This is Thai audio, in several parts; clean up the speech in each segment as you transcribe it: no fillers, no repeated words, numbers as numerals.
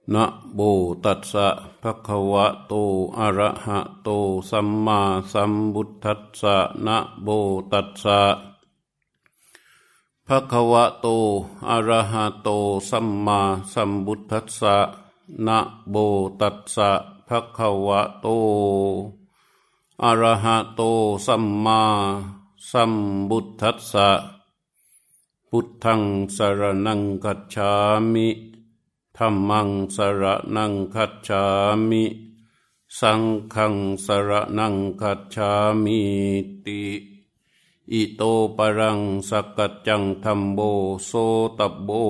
นะโมตัสสะภะคะวะโตอะระหะโตสัมมาสัมพุทธัสสะนะโมตัสสะภะคะวะโตอะระหะโตสัมมาสัมพุทธัสสะนะโมตัสสะภะคะวะโตอะระหะโตสัมมาสัมพุทธัสสะพุทธังสรณังคัจฉามิธัมมังสรณังคัจฉามิสังฆังสรณังคัจฉามิติอิโตปรังสักกัจจังธัมโมโสตโบ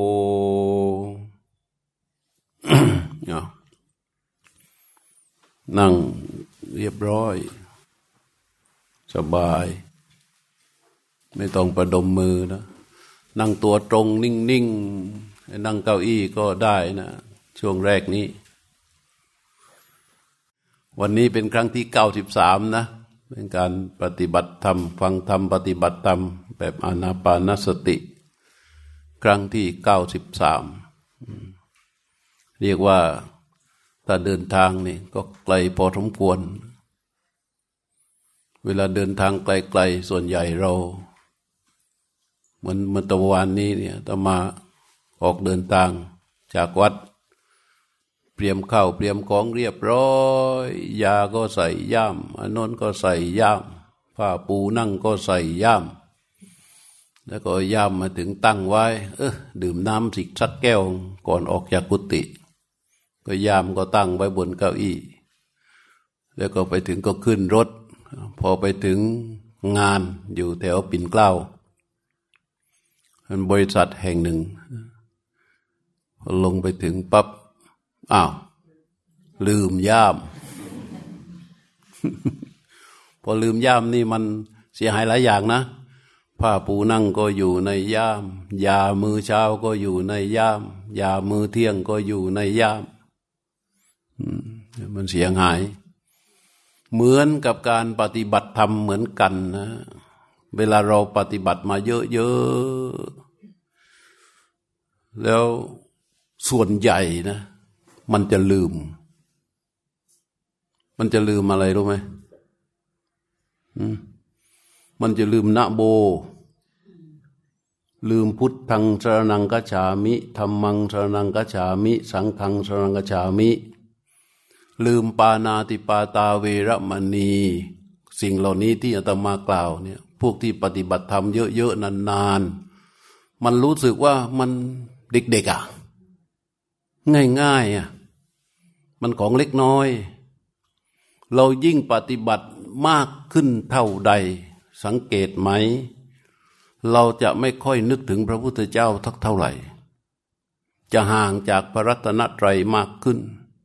นั่งเรียบร้อยสบายไม่ต้องประดมมือนะนั่งตัวตรงนิ่งๆนั่งเก้าอี้ก็ได้นะช่วงแรกนี้วันนี้เป็นครั้งที่93นะเป็นการปฏิบัติธรรมฟังธรรมปฏิบัติธรรมแบบอานาปานสติครั้งที่93เรียกว่าถ้าเดินทางนี่ก็ไกลพอสมควรเวลาเดินทางไกลๆส่วนใหญ่เราเหมือนเมื่อตะวันนี้เนี่ยต้องมาออกเดินทางจากวัดเตรียมข้าวเตรียมของเรียบร้อยยาก็ใส่ย่ามอันโน้นก็ใส่ย่ามผ้าปูนั่งก็ใส่ย่ามแล้วก็ย่ามมาถึงตั้งไว้ดื่มน้ำสักแก้วก่อนออกจากกุฏิก็ย่ามก็ตั้งไว้บนเก้าอี้แล้วก็ไปถึงก็ขึ้นรถพอไปถึงงานอยู่แถวปิ่นเกล้าเป็นบริษัทแห่งหนึ่งพอลงไปถึงปั๊บอ้าวลืมย่าม พอลืมย่ามนี่มันเสียหายหลายอย่างนะผ้าปูนั่งก็อยู่ในย่ามยามื้อเช้าก็อยู่ในย่ามยามื้อเที่ยงก็อยู่ในย่ามมันเสียหายเหมือนกับการปฏิบัติธรรมเหมือนกันนะเวลาเราปฏิบัติมาเยอะๆแล้วส่วนใหญ่นะมันจะลืมอะไรรู้ไหมมันจะลืมนะโบลืมพุทธังสรณังคัจฉามิธัมมังสรณังคัจฉามิสังฆังสรณังคัจฉามิลืมปานาติปาตาเวรมณีสิ่งเหล่านี้ที่อาตมากล่าวเนี่ยพวกที่ปฏิบัติธรรมเยอะๆนานๆมันรู้สึกว่ามันเด็กๆง่ายๆมันของเล็กน้อยเรายิ่งปฏิบัติมากขึ้นเท่าใดสังเกตไหมเราจะไม่ค่อยนึกถึงพระพุทธเจ้าเท่าไหร่จะห่างจากพระรัตนตรัยมากขึ้น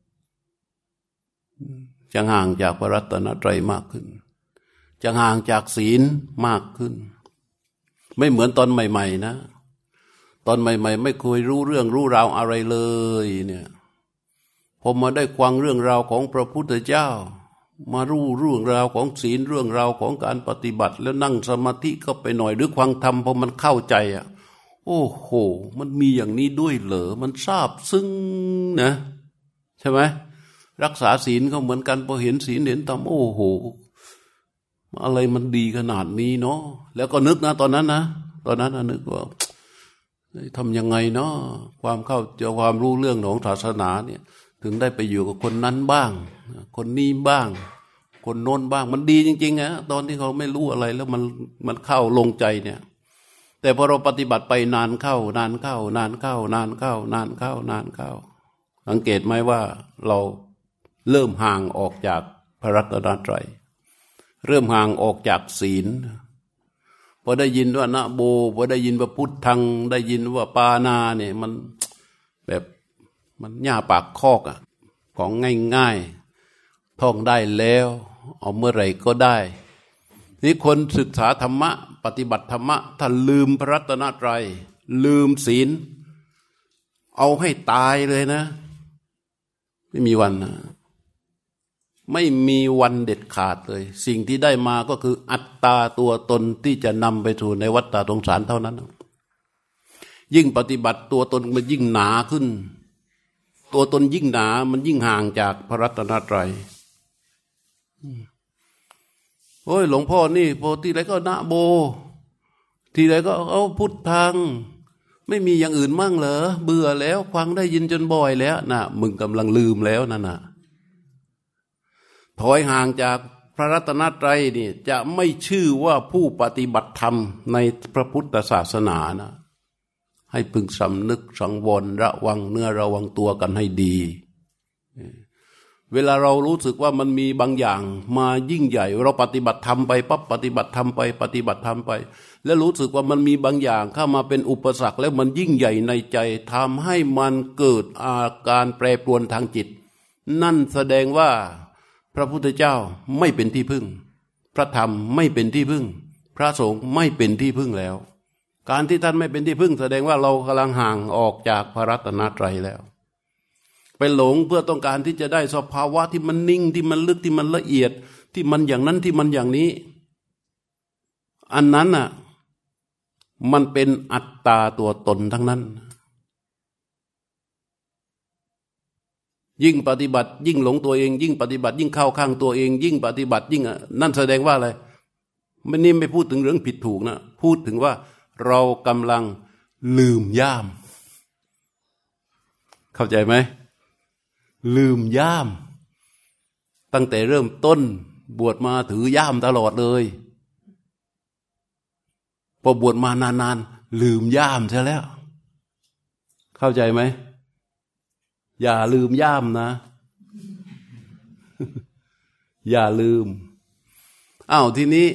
จะห่างจากพระรัตนตรัยมากขึ้นจะห่างจากศีลมากขึ้นไม่เหมือนตอนใหม่ๆนะตอนใหม่ๆไม่เคยรู้เรื่องรู้ราวอะไรเลยเนี่ยผมมาได้ฟังเรื่องราวของพระพุทธเจ้ามารู้เรื่องราวของศีลเรื่องราวของการปฏิบัติแล้วนั่งสมาธิเข้าไปหน่อยหรือฟังธรรมพอมันเข้าใจโอ้โหมันมีอย่างนี้ด้วยเหรอมันซาบซึ้งนะใช่ไหมรักษาศีลก็เหมือนกันพอเห็นศีลเห็นธรรมโอ้โหอะไรมันดีขนาดนี้เนาะแล้วก็นึกนะตอนนั้นนึกว่าทำยังไงเนาะความเข้าใจความรู้เรื่องของศาสนาเนี่ยถึงได้ไปอยู่กับคนนั้นบ้างคนนี้บ้างคนโน้นบ้างมันดีจริงๆตอนที่เขาไม่รู้อะไรแล้วมันเข้าลงใจเนี่ยแต่พอเราปฏิบัติไปนานเข้าสังเกตไหมว่าเราเริ่มห่างออกจากพระรัตนตรัยเริ่มห่างออกจากศีลพอได้ยินว่านะโบพอได้ยินว่าพุทธังได้ยินว่าปานาเนี่ยมันแบบมันหญ้าปากคอกของง่ายๆท่องได้แล้วเอาเมื่อไหร่ก็ได้นี่คนศึกษาธรรมะปฏิบัติธรรมะถ้าลืมพระรัตนตรัยลืมศีลเอาให้ตายเลยนะไม่มีวันนะไม่มีวันเด็ดขาดเลยสิ่งที่ได้มาก็คืออัตตาตัวตนที่จะนำไปสู่ในวัฏฏะสงสารเท่านั้นยิ่งปฏิบัติตัวตนมันยิ่งหนาขึ้นตัวตนยิ่งหนามันยิ่งห่างจากพระรัตนตรัยโอ้ยหลวงพ่อนี่พอที่ไรก็นะโบทีไรก็เอาพุทธังไม่มีอย่างอื่นมั่งเหรอเบื่อแล้วฟังได้ยินจนบ่อยแล้วนะมึงกำลังลืมแล้วนั่นน่ะถอยห่างจากพระรัตนตรัยนี่จะไม่ชื่อว่าผู้ปฏิบัติธรรมในพระพุทธศาสนานะให้พึงสำนึกสังวรระวังเนื้อระวังตัวกันให้ดีเวลาเรารู้สึกว่ามันมีบางอย่างมายิ่งใหญ่เราปฏิบัติธรรมไปปั๊บปฏิบัติธรรมไปปฏิบัติธรรมไปแล้วรู้สึกว่ามันมีบางอย่างเข้ามาเป็นอุปสรรคแล้วมันยิ่งใหญ่ในใจทำให้มันเกิดอาการแปรปรวนทางจิตนั่นแสดงว่าพระพุทธเจ้าไม่เป็นที่พึ่งพระธรรมไม่เป็นที่พึ่งพระสงฆ์ไม่เป็นที่พึ่งแล้วการที่ท่านไม่เป็นที่พึ่งแสดงว่าเรากำลังห่างออกจากพระรัตนตรัยแล้วไปหลงเพื่อต้องการที่จะได้สภาวะที่มันนิ่งที่มันลึกที่มันละเอียดที่มันอย่างนั้นที่มันอย่างนี้อันนั้นน่ะมันเป็นอัตตาตัวตนทั้งนั้นยิ่งปฏิบัติยิ่งหลงตัวเองยิ่งปฏิบัติยิ่งเข้าข้างตัวเองยิ่งปฏิบัติยิ่งนั่นแสดงว่าอะไรไม่พูดถึงเรื่องผิดถูกนะพูดถึงว่าเรากำลังลืมย่ามเข้าใจไหมลืมย่ามตั้งแต่เริ่มต้นบวชมาถือย่ามตลอดเลยพอบวชมานานๆลืมย่ามซะแล้วเข้าใจไหมอย่าลืมย่ามนะ อย่าลืมทีนี้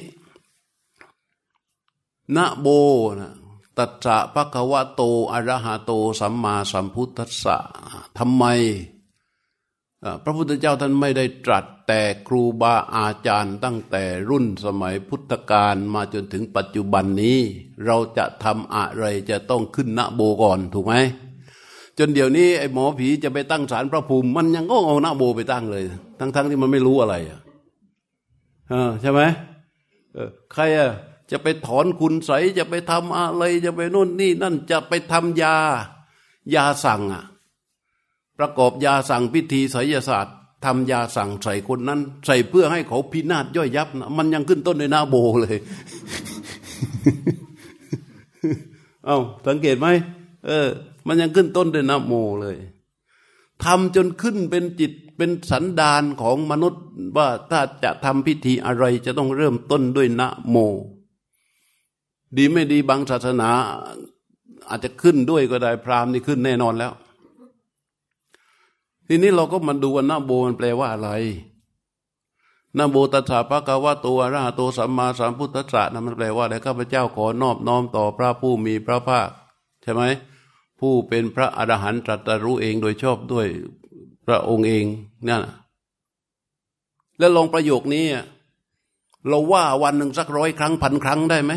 นะโบนะตัสสะภะคะวะโตอะระหะโตสัมมาสัมพุทธัสสะทำไมพระพุทธเจ้าท่านไม่ได้ตรัสแต่ครูบาอาจารย์ตั้งแต่รุ่นสมัยพุทธกาลมาจนถึงปัจจุบันนี้เราจะทำอะไรจะต้องขึ้นนะโบก่อนถูกไหมจนเดี๋ยวนี้ไอ้หมอผีจะไปตั้งศาลพระภูมิมันยังก็เอานะโบไปตั้งเลยทั้งที่มันไม่รู้อะไรใช่ไหมใครจะไปถอนคุณไสยจะไปทำอะไรจะไปโน่นนี่นั่นจะไปทำยาสั่งประกอบยาสั่งพิธีไสยศาสตร์ทำยาสั่งใส่คนนั้นใส่เพื่อให้เขาพินาศย่อยยับนะมันยังขึ้นต้นในหน้าโบเลย สังเกตไหมมันยังขึ้นต้นด้วยนะโมเลยทำจนขึ้นเป็นจิตเป็นสันดานของมนุษย์ว่าถ้าจะทำพิธีอะไรจะต้องเริ่มต้นด้วยนะโมดีไม่ดีบางศาสนาอาจจะขึ้นด้วยก็ได้พราหมณ์นี่ขึ้นแน่นอนแล้วทีนี้เราก็มาดูว่านะโมมันแปลว่าอะไรนะโมตัสสะภะคะวะโตอะระหะโตสัมมาสัมพุทธัสสะนั้นมันแปลว่าอะไรข้าพเจ้าขอนอบน้อมต่อพระผู้มีพระภาคใช่ไหมผู้เป็นพระอรหันต์ตรัสรู้เองโดยชอบด้วยพระองค์เองนั่นแล้วลองประโยคนี้เราว่าวันหนึ่งสัก100 ครั้งพันครั้งได้ไหม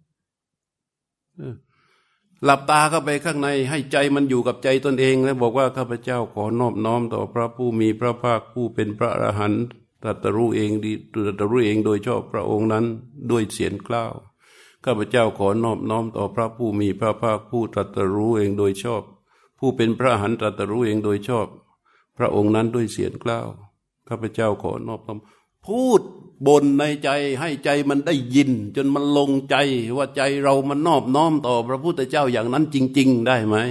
หลับตาเข้าไปข้างในให้ใจมันอยู่กับใจตนเองแล้วบอกว่าข้าพเจ้าขอนอบน้อมต่อพระผู้มีพระภาคผู้เป็นพระอรหันต์ตรัสรู้เองดีตรัสรู้เองโดยชอบพระองค์นั้นด้วยเสียงกล้าวข้าพเจ้าขอนอบน้อมต่อพระผู้มีพระภาคผู้ตรัสรู้เองโดยชอบผู้เป็นพระอรหันต์ตรัสรู้เองโดยชอบพระองค์นั้นด้วยเสียงกล้าวข้าพเจ้าขอนอบน้อมพูดบ่นในใจให้ใจมันได้ยินจนมันลงใจว่าใจเรามันนอบน้อมต่อพระพุทธเจ้าอย่างนั้นจริงๆได้ไหม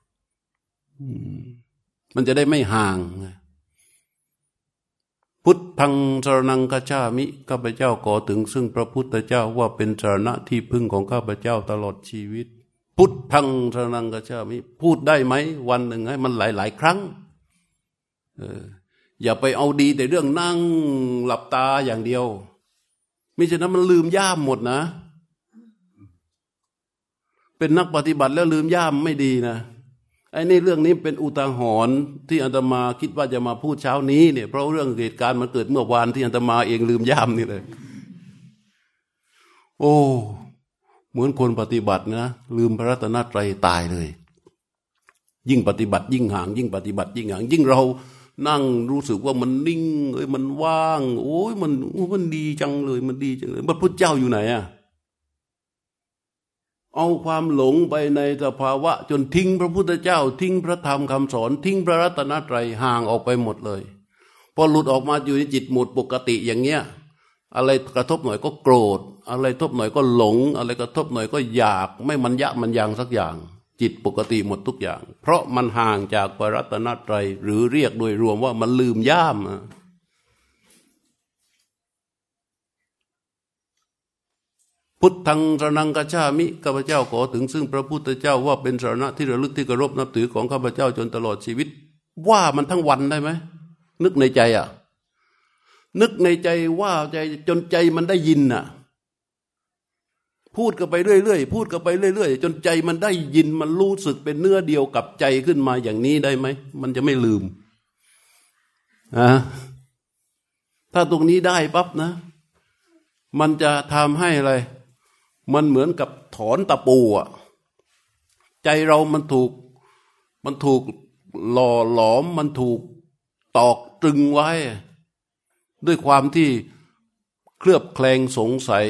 มันจะได้ไม่ห่างพุทธังสรณังคัจฉามิข้าพเจ้าขอถึงซึ่งพระพุทธเจ้าว่าเป็นสรณะที่พึ่งของข้าพเจ้าตลอดชีวิตพุทธังสรณังคัจฉามิพูดได้ไหมวันหนึ่งให้มันหลายๆครั้งอย่าไปเอาดีแต่เรื่องนั่งหลับตาอย่างเดียวมิฉะนั้นมันลืมย่ามหมดนะเป็นนักปฏิบัติแล้วลืมย่ามไม่ดีนะไอ้นี่เรื่องนี้เป็นอุทาหรณ์ที่อาตมาคิดว่าจะมาพูดเช้านี้เนี่ยเพราะเรื่องเหตุการณ์มันเกิดเมื่อวานที่อาตมาเองลืมย่ามนี่เลยโอ้เหมือนคนปฏิบัตินะลืมพระรัตนตรัยตายเลยยิ่งปฏิบัติยิ่งห่างยิ่งปฏิบัติยิ่งห่างยิ่งเรานั่งรู้สึกว่ามันนิ่งมันว่างโอ้ยมันดีจังเลยมันดีจังเลยพระพุทธเจ้าอยู่ไหนเอาความหลงไปในสภาวะจนทิ้งพระพุทธเจ้าทิ้งพระธรรมคำสอนทิ้งพระรัตนตรัยห่างออกไปหมดเลยพอหลุดออกมาอยู่ในจิตหมดปกติอย่างเงี้ยอะไรกระทบหน่อยก็โกรธอะไรกระทบหน่อยก็หลงอะไรกระทบหน่อยก็อยากไม่มันยะมันยังสักอย่างจิตปกติหมดทุกอย่างเพราะมันห่างจากพระรัตนตรัยหรือเรียกโดยรวมว่ามันลืมย่ามพุทธังสรณังคัจฉามิข้าพเจ้าขอถึงซึ่งพระพุทธเจ้าว่าเป็นสรณะที่ระลึกที่เคารพนับถือของข้าพเจ้าจนตลอดชีวิตว่ามันทั้งวันได้ไหมนึกในใจนึกในใจว่าใจจนใจมันได้ยินพูดกันไปเรื่อยๆพูดกันไปเรื่อยๆจนใจมันได้ยินมันรู้สึกเป็นเนื้อเดียวกับใจขึ้นมาอย่างนี้ได้ไหมมันจะไม่ลืมถ้าตรงนี้ได้ปั๊บนะมันจะทำให้อะไรมันเหมือนกับถอนตะปูใจเรามันถูกหล่อหลอมมันถูกตอกตรึงไว้ด้วยความที่เคลือบแคลงสงสัย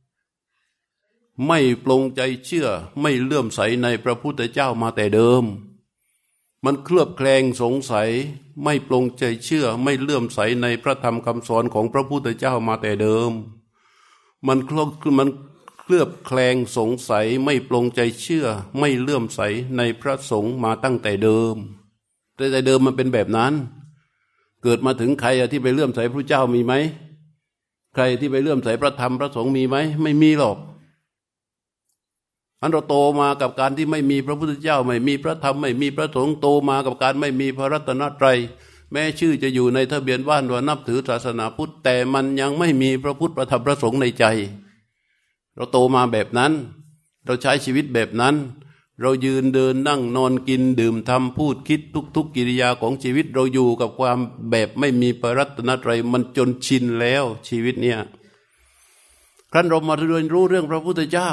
ไม่ปลงใจเชื่อไม่เลื่อมใสในพระพุทธเจ้ามาแต่เดิมมันเคลือบแคลงสงสัยไม่ปลงใจเชื่อไม่เลื่อมใสในพระธรรมคำสอนของพระพุทธเจ้ามาแต่เดิมมันเคลือบแคลงสงสัยไม่ปลงใจเชื่อไม่เลื่อมใสในพระสงฆ์มาตั้งแต่เดิมแต่เดิมมันเป็นแบบนั้นเกิดมาถึงใครที่ไปเลื่อมใสพระเจ้ามีไหมใครที่ไปเลื่อมใสพระธรรมพระสงฆ์มีไหมไม่มีหรอกอันเราโตมากับการที่ไม่มีพระพุทธเจ้าไม่มีพระธรรมไม่มีพระสงฆ์โตมากับการไม่มีพระรัตนตรัยแม้ชื่อจะอยู่ในทะเบียนบ้านว่านับถือศาสนาพุทธแต่มันยังไม่มีพระพุทธพระธรรมพระสงฆ์ในใจเราโตมาแบบนั้นเราใช้ชีวิตแบบนั้นเรายืนเดินนั่งนอนกินดื่มทำพูดคิดทุกกิริยาของชีวิตเราอยู่กับความแบบไม่มีพระรัตนตรัยมันจนชินแล้วชีวิตเนี่ยครั้นเรามาเรียนรู้เรื่องพระพุทธเจ้า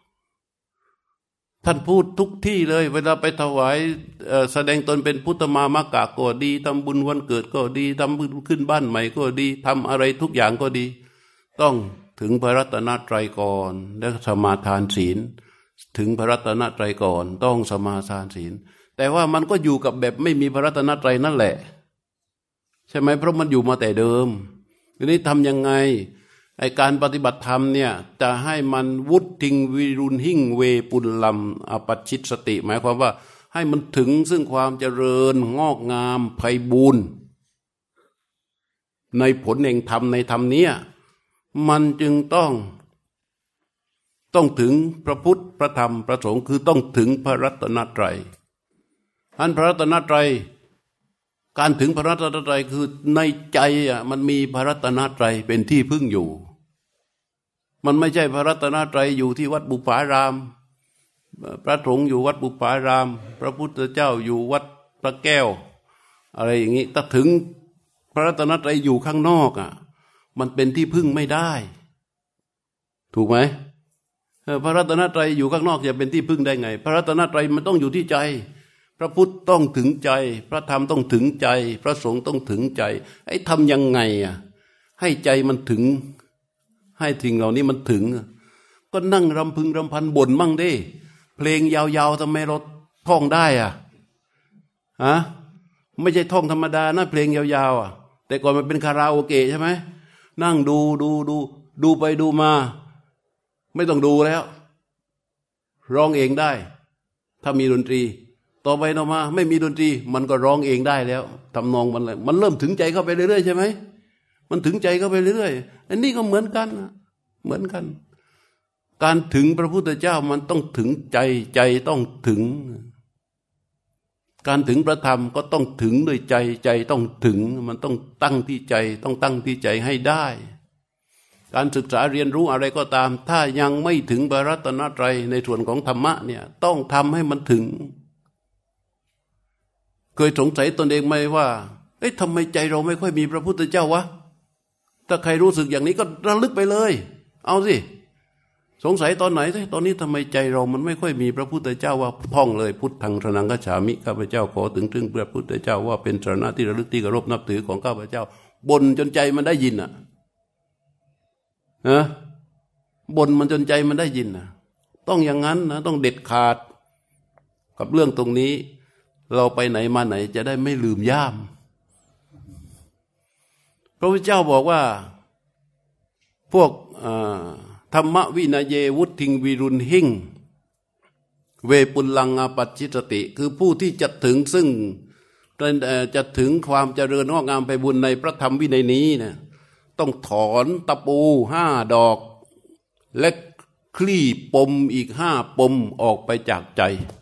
ท่านพูดทุกที่เลยเวลาไปถวายแสดงตนเป็นพุทธมามากะก็ดีทำบุญวันเกิดก็ดีทำบุญขึ้นบ้านใหม่ก็ดีทำอะไรทุกอย่างก็ดีต้องถึงพระรัตนตรัยก่อนแล้วสมาทานศีลถึงพระรัตนตรัยก่อนต้องสมาทานศีลแต่ว่ามันก็อยู่กับแบบไม่มีพระรัตนตรัยนั่นแหละใช่ไหมเพราะมันอยู่มาแต่เดิมทีนี้ทำยังไงไอการปฏิบัติธรรมเนี่ยจะให้มันวุฒิงวิรุณหิ่งเวปุลลัมอปัจฉิตสติหมายความว่าให้มันถึงซึ่งความเจริญงอกงามไพบูรณ์ในผลแห่งธรรมในธรรมเนี้ยมันจึงต้องถึงพระพุทธพระธรรมพระสงฆ์คือต้องถึงพระรัตนตรัยอันพระรัตนตรัยการถึงพระรัตนตรัยคือในใจมันมีพระรัตนตรัยเป็นที่พึ่งอยู่มันไม่ใช่พระรัตนตรัยอยู่ที่วัดบุปารามพระสงฆ์อยู่วัดบุปารามพระพุทธเจ้าอยู่วัดพระแก้วอะไรอย่างนี้ถ้าถึงพระรัตนตรัยอยู่ข้างนอกมันเป็นที่พึ่งไม่ได้ถูกไหมพระรัตนตรัยอยู่ข้างนอกจะเป็นที่พึ่งได้ไงพระรัตนตรัยมันต้องอยู่ที่ใจพระพุทธต้องถึงใจพระธรรมต้องถึงใจพระสงฆ์ต้องถึงใจไอ้ทำยังไงให้ใจมันถึงให้สิ่งเหล่านี้มันถึงก็นั่งรำพึงรำพันบ่นมั่งดิเพลงยาวๆทำไมเราท่องได้ไม่ใช่ท่องธรรมดานะเพลงยาวๆแต่ก่อนมันเป็นคาราโอเกะใช่ไหมนั่งดูไปดูมาไม่ต้องดูแล้วร้องเองได้ถ้ามีดนตรีต่อไปต่อมาไม่มีดนตรีมันก็ร้องเองได้แล้วทำนองมันเริ่มถึงใจเข้าไปเรื่อยๆใช่ไหมมันถึงใจเข้าไปเรื่อยๆอันนี้ก็เหมือนกันการถึงพระพุทธเจ้ามันต้องถึงใจต้องถึงการถึงพระธรรมก็ต้องถึงด้วยใจต้องถึงมันต้องตั้งที่ใจต้องตั้งที่ใจให้ได้การศึกษาเรียนรู้อะไรก็ตามถ้ายังไม่ถึงพระรัตนตรัยในส่วนของธรรมะเนี่ยต้องทำให้มันถึงเคยสงสัยตนเองไหมว่าทำไมใจเราไม่ค่อยมีพระพุทธเจ้าวะถ้าใครรู้สึกอย่างนี้ก็ระลึกไปเลยเอาสิสงสัยตอนไหนตอนนี้ทำไมใจเรามันไม่ค่อยมีพระพุทธเจ้าว่าท่องเลยพุทธังสรณังคัจฉามิข้าพเจ้าขอถึงพระพุทธเจ้าว่าเป็นสรณะที่ระลึกที่เคารพนับถือของข้าพเจ้าบ่นจนใจมันได้ยินบ่นมันจนใจมันได้ยินต้องอย่างนั้นนะต้องเด็ดขาดกับเรื่องตรงนี้เราไปไหนมาไหนจะได้ไม่ลืมย่ามพระพุทธเจ้าบอกว่าพวกธรรมวินัยเยวุติงวิรุณหิ่งเวปุลลังอาปัจจิตติคือผู้ที่จะถึงซึ่งจะถึงความเจริญงอกงามไปบุญในพระธรรมวินัยนี้นะต้องถอนตะปู5 ดอกและคลี่ปมอีก5 ปมออกไปจากใจ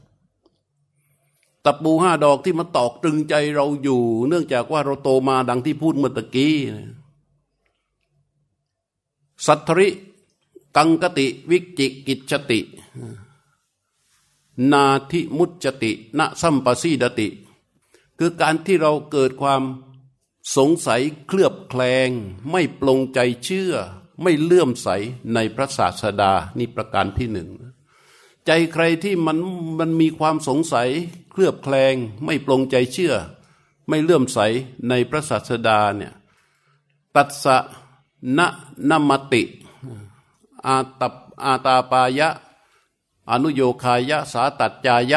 ตะปู5 ดอกที่มาตอกตรึงใจเราอยู่เนื่องจากว่าเราโตมาดังที่พูดเมื่อตะกี้สัทธริกังกติวิจิกิจฉตินาทิมุจจติณสัมปสีดติคือการที่เราเกิดความสงสัยเคลือบแคลงไม่ปลงใจเชื่อไม่เลื่อมใสในพระศาสดานี่ประการที่1ใจใครที่มันมีความสงสัยเคลือบแคลงไม่ปลงใจเชื่อไม่เลื่อมใสในพระศาสดาเนี่ยตัสสะนะนัมมติอาตาปายะอนุโยคายะสาตัจจายะ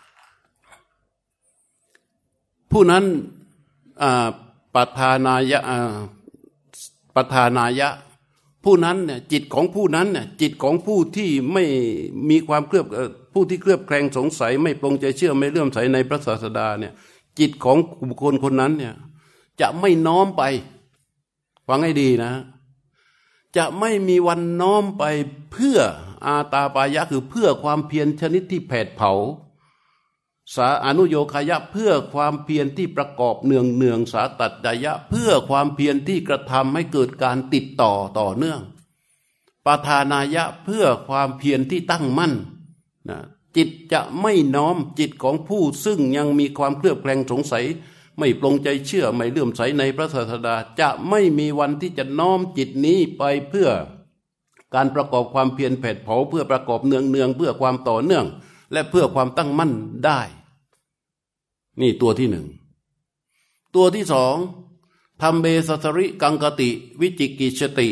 ผู้นั้นปัฏฐานายะผู้นั้นเนี่ยจิตของผู้นั้นเนี่ยจิตของผู้ที่ไม่มีความเคลือบผู้ที่เคลือบแคลงสงสัยไม่ปลงใจเชื่อไม่เลื่อมใสในพระศาสดาเนี่ยจิตของบุคคลคนนั้นเนี่ยจะไม่น้อมไปฟังให้ดีนะจะไม่มีวันน้อมไปเพื่ออาตาปายะคือเพื่อความเพียรชนิดที่แผดเผาสาอนุโยคายะเพื่อความเพียรที่ประกอบเนืองสาตัจจายะเพื่อความเพียรที่กระทำให้เกิดการติดต่อเนื่องปาทานายะเพื่อความเพียรที่ตั้งมั่นนะจิตจะไม่น้อมจิตของผู้ซึ่งยังมีความเคลือบแคลงสงสัยไม่ปลงใจเชื่อไม่เลื่อมใสในพระศาสดาจะไม่มีวันที่จะน้อมจิตนี้ไปเพื่อการประกอบความเพียรแผดเผาเพื่อประกอบเนืองเพื่อความต่อเนื่องและเพื่อความตั้งมั่นได้นี่ตัวที่1ตัวที่2ธัมเบสัสริกังกติวิจิกิจฉติ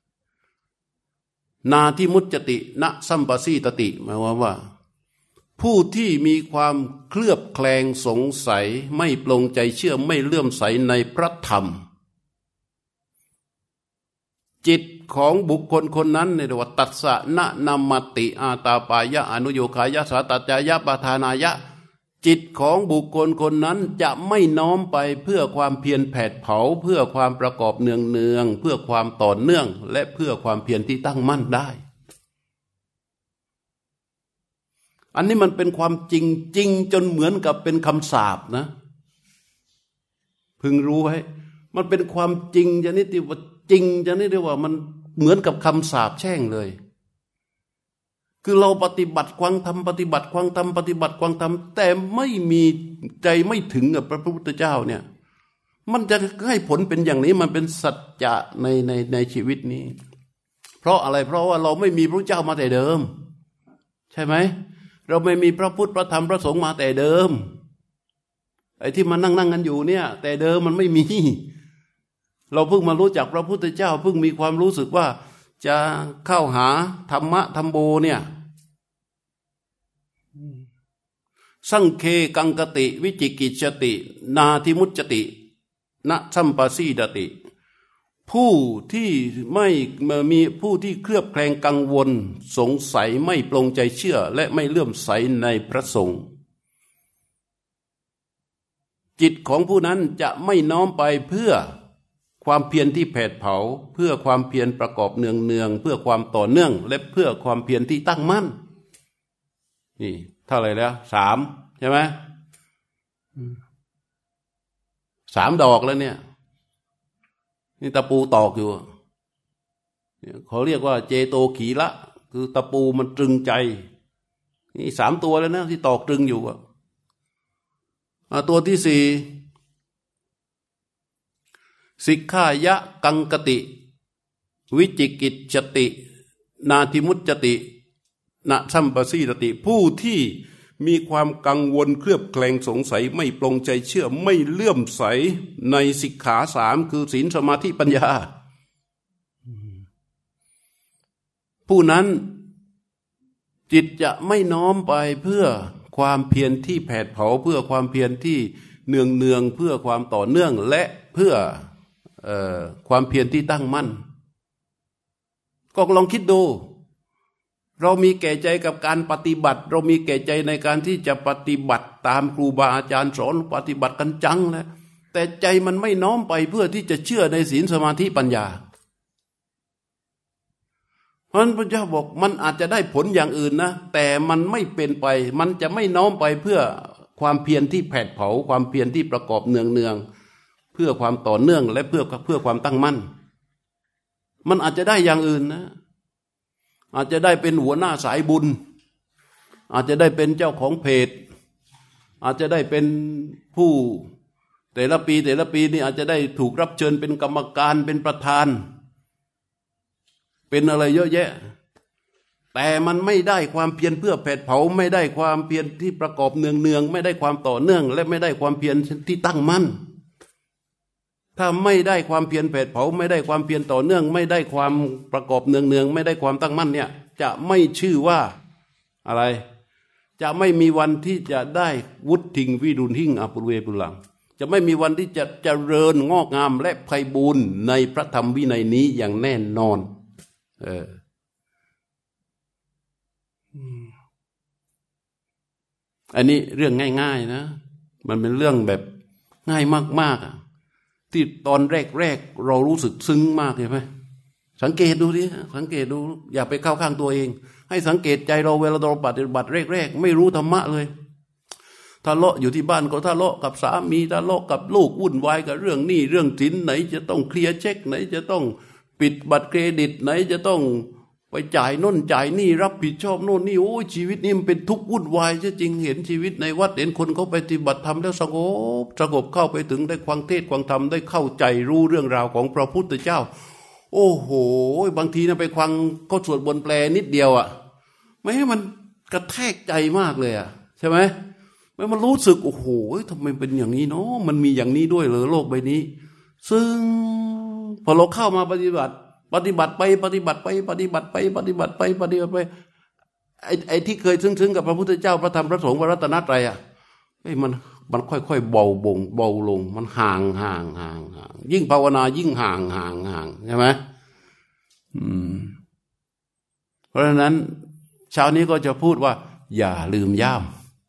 นาทิมุจจติณสัมปสีตติหมายว่าผู้ที่มีความเคลือบแคลงสงสัยไม่ปลงใจเชื่อไม่เลื่อมใสในพระธรรมจิตของบุคคลคนนั้นเนี่ยว่าตัสสะนะนัมมติอาตาปายะอนุโยคายะสาตัจจายะปาทานายะจิตของบุคคลคนนั้นจะไม่น้อมไปเพื่อความเพียรแผดเผาเพื่อความประกอบเนืองเพื่อความต่อเนื่องและเพื่อความเพียรที่ตั้งมั่นได้อันนี้มันเป็นความจริงจริงจนเหมือนกับเป็นคำสาปนะพึงรู้ไว้มันเป็นความจริงชนิดที่ว่าจริงชนิดที่ว่ามันเหมือนกับคำสาปแช่งเลยคือเราปฏิบัติความธรรมปฏิบัติความธรรมปฏิบัติความธรรมแต่ไม่มีใจไม่ถึงกับพระพุทธเจ้าเนี่ยมันจะให้ผลเป็นอย่างนี้มันเป็นสัจจะในชีวิตนี้เพราะอะไรเพราะว่าเราไม่มีพระเจ้ามาแต่เดิมใช่ไหมเราไม่มีพระพุทธพระธรรมพระสงฆ์มาแต่เดิมไอ้ที่มานั่งกันอยู่เนี่ยแต่เดิมมันไม่มีเราเพิ่งมารู้จักพระพุทธเจ้าเพิ่งมีความรู้สึกว่าจะเข้าหาธรรมะธรรมโบเนี่ยสังเคกังกติวิจิกิจฉตินาทิมุจจติณสัมปสีดติผู้ที่ไม่มีผู้ที่เคลือบแคลงกังวลสงสัยไม่ปลงใจเชื่อและไม่เลื่อมใสในพระสงฆ์จิตของผู้นั้นจะไม่น้อมไปเพื่อความเพียรที่แผดเผาเพื่อความเพียรประกอบเนืองเพื่อความต่อเนื่องและเพื่อความเพียรที่ตั้งมั่นนี่เท่าไหร่แล้ว3ใช่ไหม3 ดอกแล้วเนี่ยนี่ตะปูตอกอยู่เขาเรียกว่าเจโตขีละคือตะปูมันตรึงใจนี่3 ตัวแล้วนะที่ตอกตรึงอยู่ตัวที่4สิกขายะกังกติวิจิกิจฉตินาทิมุจจติณสัมปสีตติผู้ที่มีความกังวลเคลือบแคลงสงสัยไม่ปลงใจเชื่อไม่เลื่อมใสในสิกขา3คือศีลสมาธิปัญญาผู้นั้นจิตจะไม่น้อมไปเพื่อความเพียรที่แผดเผาเพื่อความเพียรที่เนืองเพื่อความต่อเนื่องและเพื่อความเพียรที่ตั้งมั่นก็ลองคิดดูเรามีแก่ใจกับการปฏิบัติเรามีแก่ใจในการที่จะปฏิบัติตามครูบาอาจารย์สอนปฏิบัติกันจังแล้วแต่ใจมันไม่น้อมไปเพื่อที่จะเชื่อในศีลสมาธิปัญญาเพราะฉะนั้นพระเจ้าบอกมันอาจจะได้ผลอย่างอื่นนะแต่มันไม่เป็นไปมันจะไม่น้อมไปเพื่อความเพียรที่แผดเผาความเพียรที่ประกอบเนืองเพื่อความต่อเนื่องและเพื่อความตั้งมั่นมันอาจจะได้อย่างอื่นนะอาจจะได้เป็นหัวหน้าสายบุญอาจจะได้เป็นเจ้าของเพจอาจจะได้เป็นผู้แต่ละปีนี่อาจจะได้ถูกรับเชิญเป็นกรรมการเป็นประธานเป็นอะไรเยอะแยะแต่มันไม่ได้ความเพียรเพื่อแผดเผาไม่ได้ความเพียรที่ประกอบเนืองไม่ได้ความต่อเนื่องและไม่ได้ความเพียรที่ตั้งมั่นถ้าไม่ได้ความเพียรแผดเผาไม่ได้ความเพียรต่อเนื่องไม่ได้ความประกอบเนืองไม่ได้ความตั้งมั่นเนี่ยจะไม่ชื่อว่าอะไรจะไม่มีวันที่จะได้วุฒิงวิรุณหิ่งอปุเวปุลังจะไม่มีวันที่จะเจริญงอกงามและไพบูรย์ในพระธรรมวินัยนี้อย่างแน่นอนอันนี้เรื่องง่ายๆนะมันเป็นเรื่องแบบง่ายมากๆที่ตอนแรกเรารู้สึกซึ้งมากใช่ไหมสังเกตดูดิสังเกตดูอย่าไปเข้าข้างตัวเองให้สังเกตใจเราเวลาเราปฏิบัติแรกไม่รู้ธรรมะเลยทะเลาะอยู่ที่บ้านก็ทะเลาะกับสามีทะเลาะกับลูกวุ่นวายกับเรื่องหนี้เรื่องสินไหนจะต้องเคลียร์เช็คไหนจะต้องปิดบัตรเครดิตไหนจะต้องไปจ่ายโน่นจ่ายนี่รับผิดชอบโน่นนี่โอ้ยชีวิตนี้มันเป็นทุกข์วุ่นวายจริงเห็นชีวิตในวัดเห็นคนเขาปฏิบัติธรรมแล้วสงบเข้าไปถึงได้ฟังเทศน์ฟังธรรมได้เข้าใจรู้เรื่องราวของพระพุทธเจ้าโอ้โหบางทีนะไปฟังก็สวดบนแปลนิดเดียวอ่ะไม่ให้มันกระแทกใจมากเลยอ่ะใช่ไหมไม่มันรู้สึกโอ้โหทำไมเป็นอย่างนี้เนาะมันมีอย่างนี้ด้วยเหรอโลกใบนี้ซึ่งพอเราเข้ามาปฏิบัติไปปฏิบัติไปไอ้ที่เคยซึ้งกับพระพุทธเจ้าพระธรรมพระสงฆ์พระรัตนตรัยอ่ะมันค่อยๆเบาลงมันห่างยิ่งภาวนายิ่งห่างใช่ไหมเพราะฉะนั้นเช้านี้ก็จะพูดว่าอย่าลืมย่าม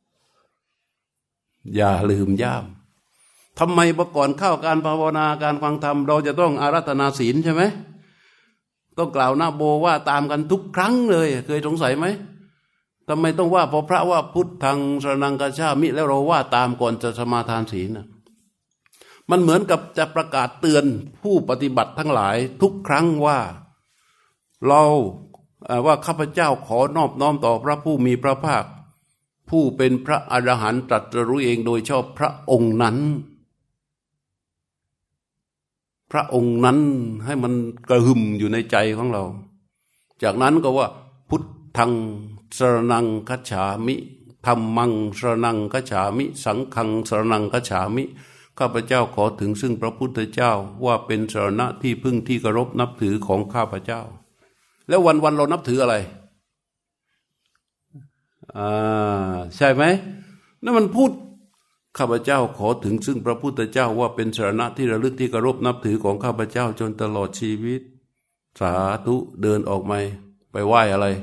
ทำไมเมื่อก่อนเข้าการภาวนาการฟังธรรมเราจะต้องอาราธนาศีลใช่ไหมต้องกล่าวหน้าโบว่าตามกันทุกครั้งเลยเคยสงสัยไหมทำไมต้องว่าพอพระว่าพุทธังสรณังคัจฉามิแล้วเราว่าตามก่อนจะสมาทานศีลนะมันเหมือนกับจะประกาศเตือนผู้ปฏิบัติทั้งหลายทุกครั้งว่าข้าพเจ้าขอนอบน้อมต่อพระผู้มีพระภาคผู้เป็นพระอรหันต์ตรัสรู้เองโดยชอบพระองค์นั้นให้มันกระหึ่มอยู่ในใจของเราจากนั้นก็ว่าพุทธังสรณังคัจฉามิธัมมังสรณังคัจฉามิสังฆังสรณังคัจฉามิข้าพเจ้าขอถึงซึ่งพระพุทธเจ้าว่าเป็นสรณะที่พึ่งที่เคารพนับถือของข้าพเจ้าแล้ววันเรานับถืออะไรใช่ไหมนั่นมันพูดข้าพเจ้าขอถึงซึ่งพระพุทธเจ้าว่าเป็นสรณะที่ระลึกที่เคารพนับถือของข้าพเจ้าจนตลอดชีวิตสาธุเดินออกมาไปไหว้อะไร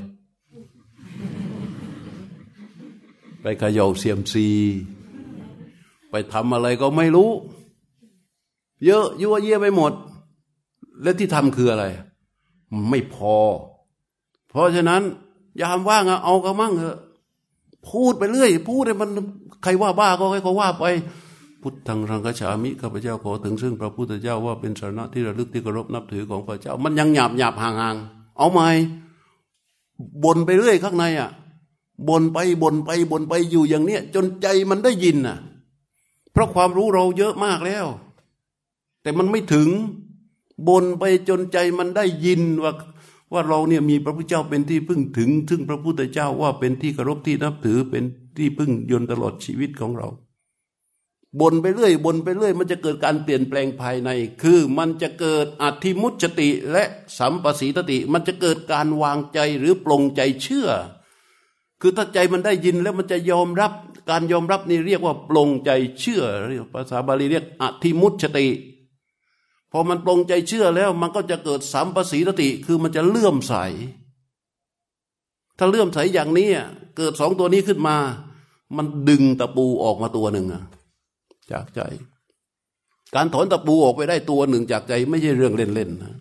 ไปเขย่าเซียมซีไปทำอะไรก็ไม่รู้เยอะยั่วเยี่ยไปหมดและที่ทำคืออะไรไม่พอเพราะฉะนั้นยามว่างเอากระมั่งเถอะพูดไปเรื่อยพูดให้มันใครว่าบ้าก็ให้เขาว่าไปพุทธังสรณังคัจฉามิข้าพเจ้าขอถึงซึ่งพระพุทธเจ้าว่าเป็นสรณะที่ระลึกที่เคารพนับถือของพระเจ้ามันยังหยาบห่างเอาไหมบ่นไปเรื่อยข้างในบ่นไปอยู่อย่างเนี้ยจนใจมันได้ยินเพราะความรู้เราเยอะมากแล้วแต่มันไม่ถึงบ่นไปจนใจมันได้ยินว่าเราเนี่ยมีพระพุทธเจ้าเป็นที่พึ่งถึงซึ่งพระพุทธเจ้าว่าเป็นที่เคารพที่นับถือเป็นที่พึ่งยนตลอดชีวิตของเราบ่นไปเรื่อยมันจะเกิดการเปลี่ยนแปลงภายในคือมันจะเกิดอธิมุจติและสัมปสีตติมันจะเกิดการวางใจหรือปลงใจเชื่อคือถ้าใจมันได้ยินแล้วมันจะยอมรับการยอมรับนี่เรียกว่าปลงใจเชื่อเรียกภาษาบาลีเรียกอธิมุตชติพอมันปลงใจเชื่อแล้วมันก็จะเกิดสัมปสีรติคือมันจะเลื่อมใสถ้าเลื่อมใสอย่างนี้เกิดสองตัวนี้ขึ้นมามันดึงตะปูออกมาตัวหนึ่งจากใจการถอนตะปูออกไปได้ตัวหนึ่งจากใจไม่ใช่เรื่องเล่นๆนะ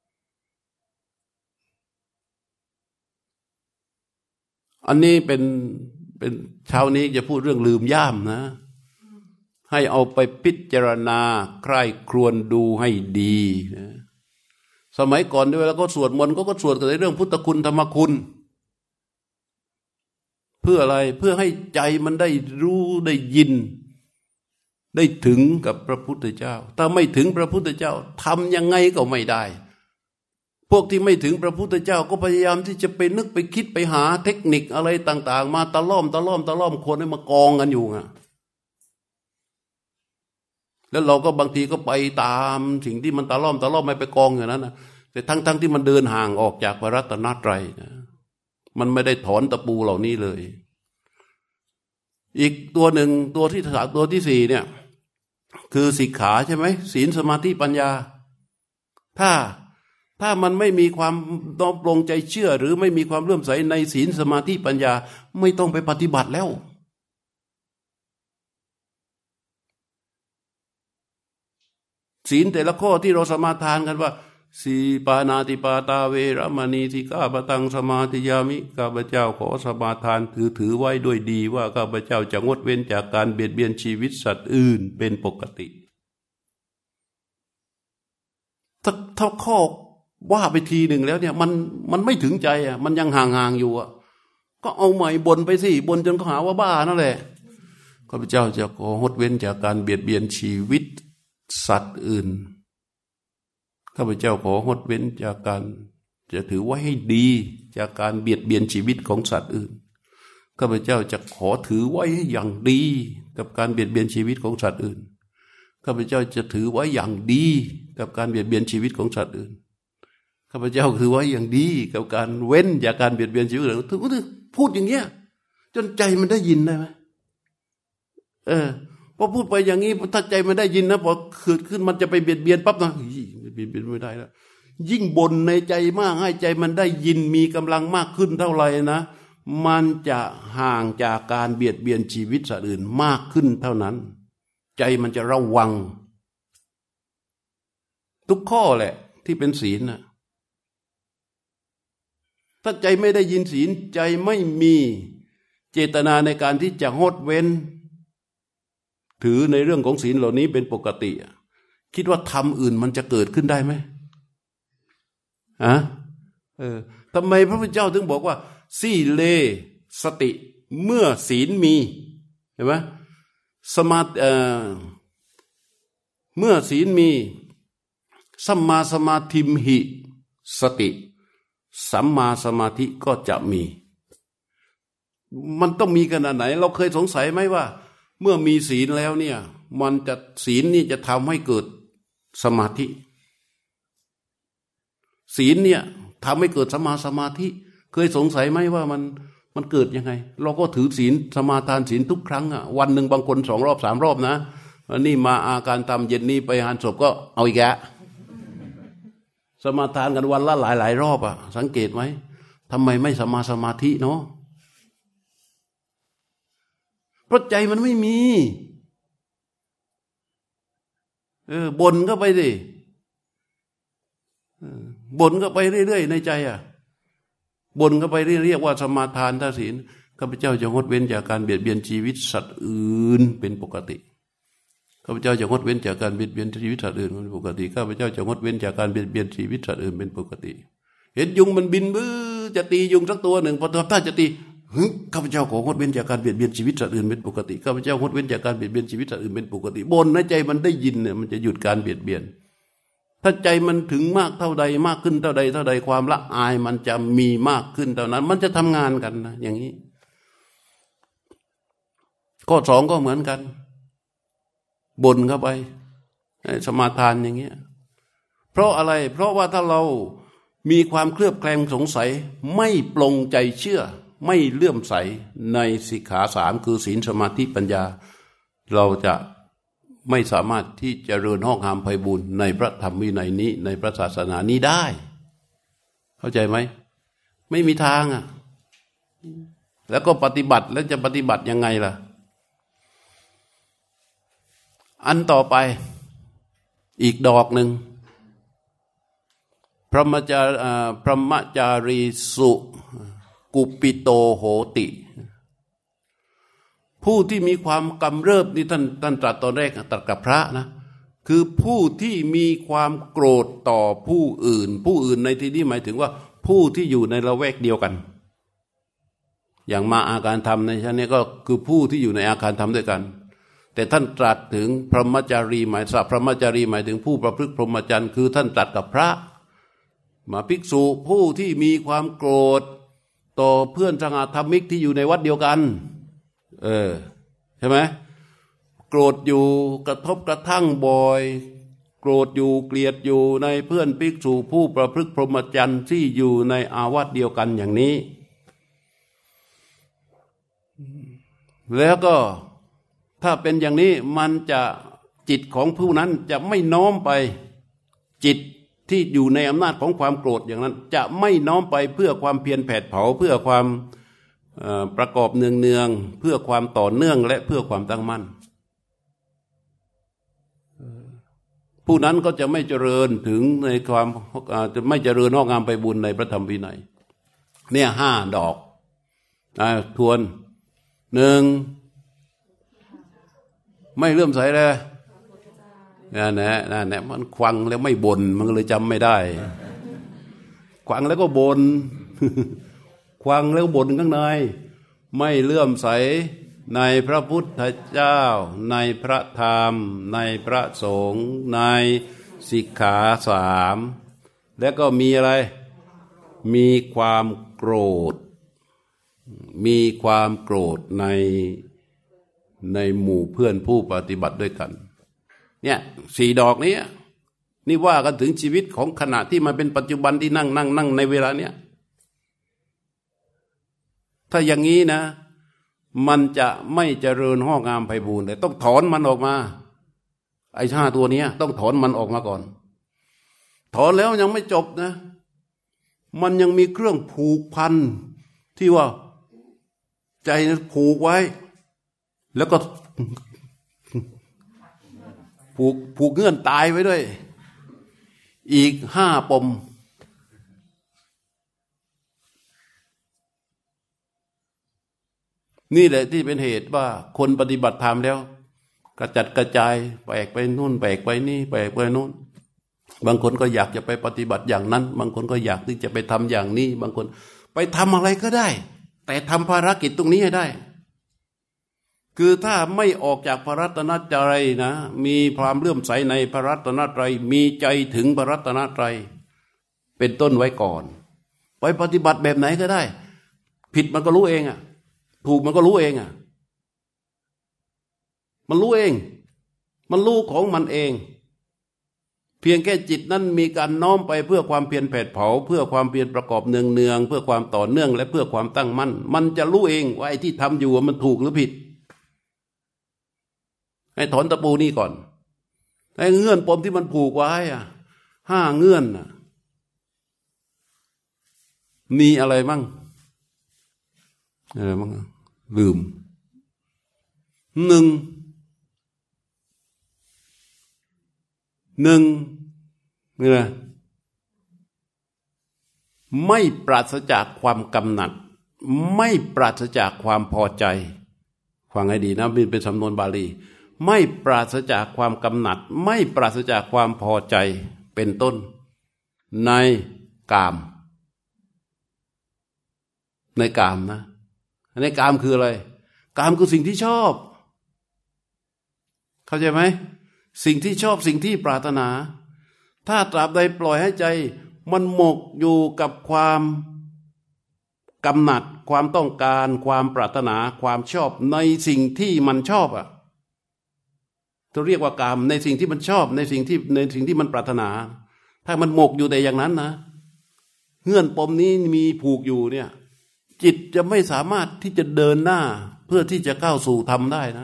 อันนี้เป็นเช้านี้จะพูดเรื่องลืมย่ามนะให้เอาไปพิจารณาใคร่ครวญดูให้ดีนะสมัยก่อนด้วยแล้วก็สวดมนต์ก็สวดกันในเรื่องพุทธคุณธรรมคุณเพื่ออะไรเพื่อให้ใจมันได้รู้ได้ยินได้ถึงกับพระพุทธเจ้าถ้าไม่ถึงพระพุทธเจ้าทำยังไงก็ไม่ได้พวกที่ไม่ถึงพระพุทธเจ้าก็พยายามที่จะไปนึกไปคิดไปหาเทคนิคอะไรต่างๆมาตะล่อมคนให้มากองกันอยู่แล้วเราก็บางทีก็ไปตามสิ่งที่มันตะล่อมไม่ไปกองอย่างนั้นนะแต่ทั้งที่มันเดินห่างออกจากพระรัตนตรัยนะมันไม่ได้ถอนตะปูเหล่านี้เลยอีกตัวหนึ่งตัวที่สี่เนี่ยคือสิกขาใช่ไหมศีลสมาธิปัญญาถ้ามันไม่มีความน้อมปลงใจเชื่อหรือไม่มีความเลื่อมใสในศีลสมาธิปัญญาไม่ต้องไปปฏิบัติแล้วศีลแต่ละข้อที่เราสมาทานกันว่าสีปานาติปาตาเวรมณีสิกขาปตังสมาธิยามิข้าพเจ้าขอสมาทานถือไว้ด้วยดีว่าข้าพเจ้าจะงดเว้นจากการเบียดเบียนชีวิตสัตว์อื่นเป็นปกติถ้าข้อว่าไปทีหนึ่งแล้วเนี่ยมันไม่ถึงใจมันยังห่างอยู่ก็เอาใหม่บ่นไปสิบ่นจนเขาหาว่าบ้านั่นแหละข้าพเจ้าจะของดเว้นจากการเบียดเบียนชีวิตสัตว์อื่นข้าพเจ้าของดเว้นจากการจะถือไว้ให้ดีจากการเบียดเบียนชีวิตของสัตว์อื่นข้าพเจ้าจะขอถือไว้ให้อย่างดีกับการเบียดเบียนชีวิตของสัตว์อื่นข้าพเจ้าจะถือไว้อย่างดีกับการเบียดเบียนชีวิตของสัตว์อื่นข้าพเจ้าถือไว้อย่างดีกับการเว้นจากการเบียดเบียนชีวิตอื่นพูดอย่างเงี้ยจนใจมันได้ยินได้ไหมพอพูดไปอย่างนี้ถ้าใจมันได้ยินนะพอขืดขึ้นมันจะไปเบียดเบียนปั๊บนะเบียดเบียนไม่ได้แล้วยิ่งบ่นในใจมากให้ใจมันได้ยินมีกำลังมากขึ้นเท่าไหร่นะมันจะห่างจากการเบียดเบียนชีวิตสัตว์อื่นมากขึ้นเท่านั้นใจมันจะระวังทุกข้อแหละที่เป็นศีลนะถ้าใจไม่ได้ยินศีลใจไม่มีเจตนาในการที่จะงดเว้นถือในเรื่องของศีลเหล่านี้เป็นปกติคิดว่าธรรมอื่นมันจะเกิดขึ้นได้ไหมทำไมพระพุทธเจ้าถึงบอกว่าสีเลสติเมื่อศีลมีเห็นไหมเมื่อศีลมีสัมมาสมาธิมหิสติสัมมาสมาธิก็จะมีมันต้องมีขนาดไหนเราเคยสงสัยไหมว่าเมื่อมีศีลแล้วเนี่ยมันจะศีลนี่จะทำให้เกิดสมาธิศีลเนี่ยทำให้เกิดสัมมาสมาธิเคยสงสัยไหมว่ามันเกิดยังไงเราก็ถือศีลสมาทานศีลทุกครั้งวันหนึ่งบางคน2 รอบ 3 รอบนะวันนี้มาอาการทำเย็นนี้ไปหานศพก็เอาอีกแล้วสมาทานกันวันละหลายรอบสังเกตไหมทำไมไม่สมาสมาธิเนาะเพราะใจมันไม่มีบ่นก็ไปดิบ่นก็ไปเรื่อยๆในใจบ่นก็ไปเรียกว่าสมาทานท่าศีลข้าพเจ้าจะงดเว้นจากการเบียดเบียนชีวิตสัตว์อื่นเป็นปกติข้าพเจ้าจะงดเว้นจากการเบียดเบียนชีวิตสัตว์อื่นเป็นปกติข้าพเจ้าจะงดเว้นจากการเบียดเบียนชีวิตสัตว์อื่นเป็นปกติเห็นยุงมันบินบื้อจะตียุงสักตัวหนึ่งพอถ้าจะตีข้าพเจ้าของดเว้นจากการเบียดเบียนชีวิตสัตว์อื่นเป็นปกติข้าพเจ้างดเว้นจากการเบียดเบียนชีวิตสัตว์อื่นเป็นปกติบ่นในใจมันได้ยินเนี่ยมันจะหยุดการเบียดเบียนถ้าใจมันถึงมากเท่าใดมากขึ้นเท่าใดความละอายมันจะมีมากขึ้นเท่านั้นมันจะทำงานกันนะอย่างนี้ข้อ2ก็เหมือนกันบ่นเข้าไปสมาทานอย่างเงี้ยเพราะอะไรเพราะว่าถ้าเรามีความเคลือบแคลงสงสัยไม่ปลงใจเชื่อไม่เลื่อมใสในสิกขาสามคือศีลสมาธิปัญญาเราจะไม่สามารถที่จะเจริญห้องหามไพบูลย์ในพระธรรมวินัยนี้ในพระศาสนานี้ได้เข้าใจไหมไม่มีทางอ่ะแล้วก็ปฏิบัติแล้วจะปฏิบัติยังไงล่ะอันต่อไปอีกดอกหนึ่งพระมจารีสุกุปิโตโหติผู้ที่มีความกำเริบนี่ท่านตรัสตอนแรกตรัสกับพระนะคือผู้ที่มีความโกรธต่อผู้อื่นในที่นี้หมายถึงว่าผู้ที่อยู่ในละแวกเดียวกันอย่างมาอาการธรรมในชั้นนี้ก็คือผู้ที่อยู่ในอาการธรรมด้วยกันแต่ท่านตรัสถึงพรหมจารีหมายถึงผู้ประพฤติพรหมจรรย์คือท่านตรัสกับพระมาภิกษุผู้ที่มีความโกรธต่อเพื่อนสหธรรมิกที่อยู่ในวัดเดียวกันใช่ไหมโกรธอยู่กระทบกระทั่งบ่อยโกรธอยู่เกลียดอยู่ในเพื่อนภิกษุผู้ประพฤติพรหมจรรย์ที่อยู่ในอาวาสเดียวกันอย่างนี้แล้วก็ถ้าเป็นอย่างนี้มันจะจิตของผู้นั้นจะไม่น้อมไปจิตที่อยู่ในอำนาจของความโกรธอย่างนั้นจะไม่น้อมไปเพื่อความเพียรแผดเผาเพื่อความประกอบเนืองเพื่อความต่อเนื่องและเพื่อความตั้งมั่นผู้นั้นก็จะไม่เจริญถึงในความจะไม่เจริญงอกงามไปบุญในพระธรรมวินัยเนี่ย5 ดอกทวน1ไม่เลื่อมใสเลยนั่นแหละมันควังแล้วไม่บ่นมันก็เลยจำไม่ได้ควังแล้วก็บ่นควังแล้วบ่นข้างในไม่เลื่อมใสในพระพุทธเจ้าในพระธรรมในพระสงฆ์ในสิกขา3แล้วก็มีอะไรมีความโกรธในหมู่เพื่อนผู้ปฏิบัติด้วยกันเนี่ย4 ดอกนี้นี่ว่ากันถึงชีวิตของขณะที่มันเป็นปัจจุบันที่นั่งในเวลาเนี้ยถ้าอย่างนี้นะมันจะไม่เจริญห้องามไพบูลย์เลยต้องถอนมันออกมาไอ้5 ตัวนี้ต้องถอนมันออกมาก่อนถอนแล้วยังไม่จบนะมันยังมีเครื่องผูกพันที่ว่าใจผูกไว้แล้วก็ผูกเงื่อนตายไว้ด้วยอีก5 ปมนี่แหละที่เป็นเหตุว่าคนปฏิบัติธรรมแล้วกระจัดกระจายแบกไปนู่นแบกไปนี่แบกไปนู่นบางคนก็อยากจะไปปฏิบัติอย่างนั้นบางคนก็อยากที่จะไปทำอย่างนี้บางคนไปทำอะไรก็ได้แต่ทำภารกิจตรงนี้ให้ได้คือถ้าไม่ออกจากพระรัตนตรัยนะมีความเลื่อมใสในพระรัตนตรัยมีใจถึงพระรัตนตรัยเป็นต้นไว้ก่อนไปปฏิบัติแบบไหนก็ได้ผิดมันก็รู้เองอ่ะถูกมันก็รู้เองอ่ะมันรู้เองมันรู้ของมันเองเพียงแค่จิตนั้นมีการน้อมไปเพื่อความเพียรแผดเผาเพื่อความเพียรประกอบเนืองเพื่อความต่อเนื่องและเพื่อความตั้งมั่นมันจะรู้เองว่าไอ้ที่ทำอยู่มันถูกหรือผิดให้ถอนตะปูนี่ก่อนไอ้เงื่อนปมที่มันผูกไว้5 เงื่อนมีอะไรบ้างลืมหนึ่งนี่นะไม่ปราศจากความกำหนัดไม่ปราศจากความพอใจฟังให้ดีนะเป็นสำนวนบาลีไม่ปราศจากความกำหนัดไม่ปราศจากความพอใจเป็นต้นในกามนะในกามคืออะไรกามคือสิ่งที่ชอบเข้าใจไหมสิ่งที่ชอบสิ่งที่ปรารถนาถ้าตราบใดปล่อยให้ใจมันหมกอยู่กับความกำหนัดความต้องการความปรารถนาความชอบในสิ่งที่มันชอบจะเรียกว่ากามในสิ่งที่มันชอบในสิ่งที่มันปรารถนาถ้ามันหมกอยู่แต่อย่างนั้นนะเงื่อนปมนี้มีผูกอยู่เนี่ยจิตจะไม่สามารถที่จะเดินหน้าเพื่อที่จะก้าวสู่ธรรมได้นะ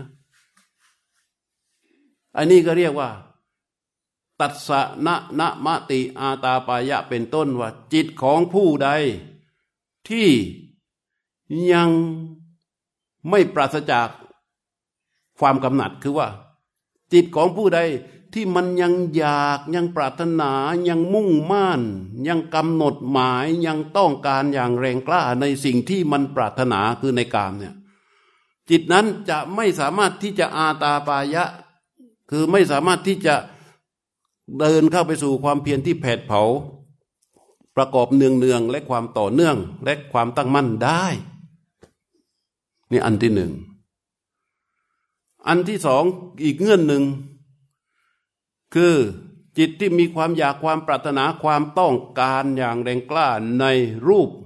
อันนี้ก็เรียกว่าตัสสะนะมติอาตาปายะเป็นต้นว่าจิตของผู้ใดที่ยังไม่ปราศจากความกำหนัดคือว่าจิตของผู้ใดที่มันยังอยากยังปรารถนายังมุ่งมั่นยังกำหนดหมายยังต้องการอย่างแรงกล้าในสิ่งที่มันปรารถนาคือในกามเนี่ยจิตนั้นจะไม่สามารถที่จะอาตาปายะคือไม่สามารถที่จะเดินเข้าไปสู่ความเพียรที่แผดเผาประกอบเนืองและความต่อเนื่องและความตั้งมั่นได้นี่อันที่หนึ่งอันที่สองอีกเงื่อนหนึ่งคือจิตที่มีความอยากความปรารถนาความต้องการอย่างแรงกล้าในรูป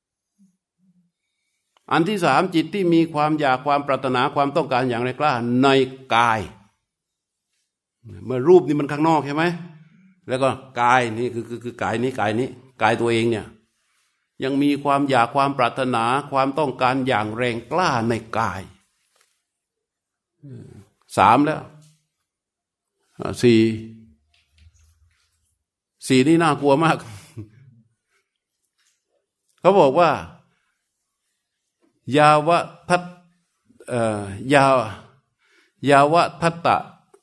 อันที่สามจิตที่มีความอยากความปรารถนาความต้องการอย่างแรงกล้าในกายเมื่อรูปนี่มันข้างนอกใช่ไหมแล้วก็กายนี่คือกายนี้กายตัวเองเนี่ยยังมีความอยากความปรารถนาความต้องการอย่างแรงกล้าในกายสามแล้วสี่นี่น่ากลัวมากเขาบอกว่ายาวะทัตยาวะทัตตะ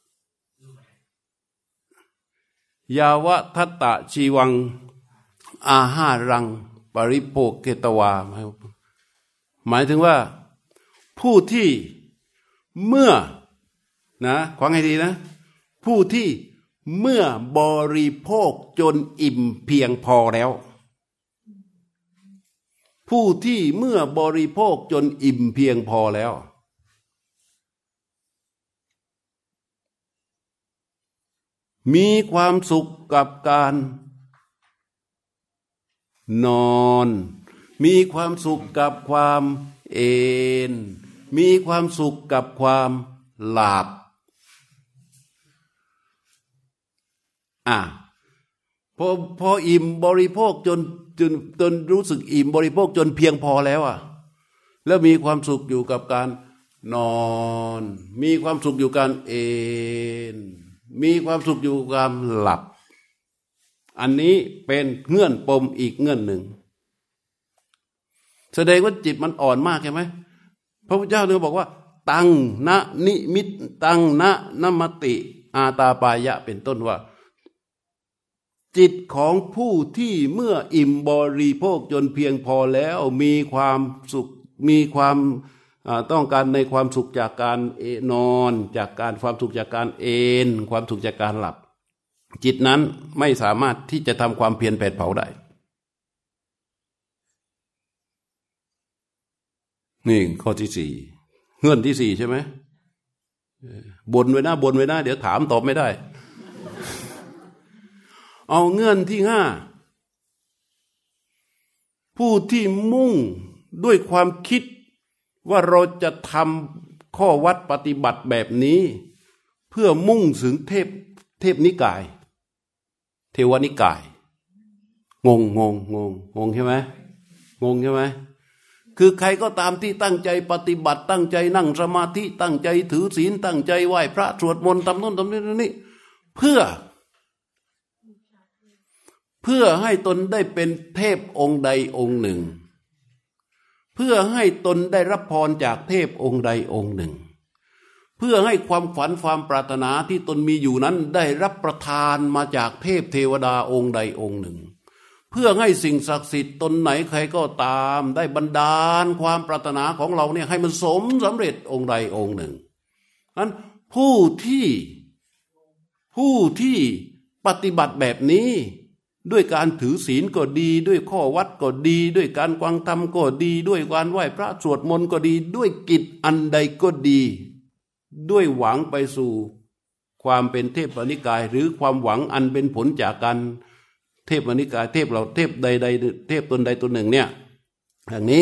ยาวะทัตตะชีวังอาหารังปริโภเกตวาหมายถึงว่าผู้ที่เมื่อนะฟังให้ดีนะผู้ที่เมื่อบริโภคจนอิ่มเพียงพอแล้วผู้ที่เมื่อบริโภคจนอิ่มเพียงพอแล้วมีความสุขกับการนอนมีความสุขกับความเอนมีความสุขกับความหลับพออิ่มบริโภคจนรู้สึกอิ่มบริโภคจนเพียงพอแล้วแล้วมีความสุขอยู่กับการนอนมีความสุขอยู่กับการเอนมีความสุขอยู่กับการหลับอันนี้เป็นเงื่อนปมอีกเงื่อนหนึ่งแสดงว่าจิตมันอ่อนมากใช่ไหมพระพุทธเจ้าเนี่ยบอกว่าตังนะนิมิตตังนะนมติอาตาปายะเป็นต้นว่าจิตของผู้ที่เมื่ออิ่มบริโภคจนเพียงพอแล้วมีความสุขมีความต้องการในความสุขจากการนอนจากการความสุขจากการเอนความสุขจากการหลับจิตนั้นไม่สามารถที่จะทำความเพียรแผดเผาได้นี่ข้อที่สี่เงื่อนที่สี่ใช่ไหมบนไว้นะเดี๋ยวถามตอบไม่ได้เอาเงื่อนที่ห้าผู้ที่มุ่งด้วยความคิดว่าเราจะทำข้อวัดปฏิบัติแบบนี้เพื่อมุ่งถึงเทพนิกายเทวนิกายงงใช่ไหมงงใช่ไหมคือใครก็ตามที่ตั้งใจปฏิบัติตั้งใจนั่งสมาธิตั้งใจถือศีลตั้งใจไหว้พระสวดมนต์ทำโน่นทำนี่เพื่อให้ตนได้เป็นเทพองค์ใดองค์หนึ่งเพื่อให้ตนได้รับพรจากเทพองค์ใดองค์หนึ่งเพื่อให้ความฝันความปรารถนาที่ตนมีอยู่นั้นได้รับประทานมาจากเทพเทวดาองค์ใดองค์หนึ่งเพื่อให้สิ่งศักดิ์สิทธิ์ตนไหนใครก็ตามได้บันดาลความปรารถนาของเราเนี่ยให้มันสำเร็จองค์ใดองค์หนึ่งนั้นผู้ที่ปฏิบัติแบบนี้ด้วยการถือศีลก็ดีด้วยข้อวัดก็ดีด้วยการฟังธรรมก็ดีด้วยการไหว้พระสวดมนต์ก็ดีด้วยกิจอันใดก็ดีด้วยหวังไปสู่ความเป็นเทพนิกายหรือความหวังอันเป็นผลจากการเทพนิกายเทพเราเทพใดเทพตนใดตนหนึ่งเนี่ยอย่างนี้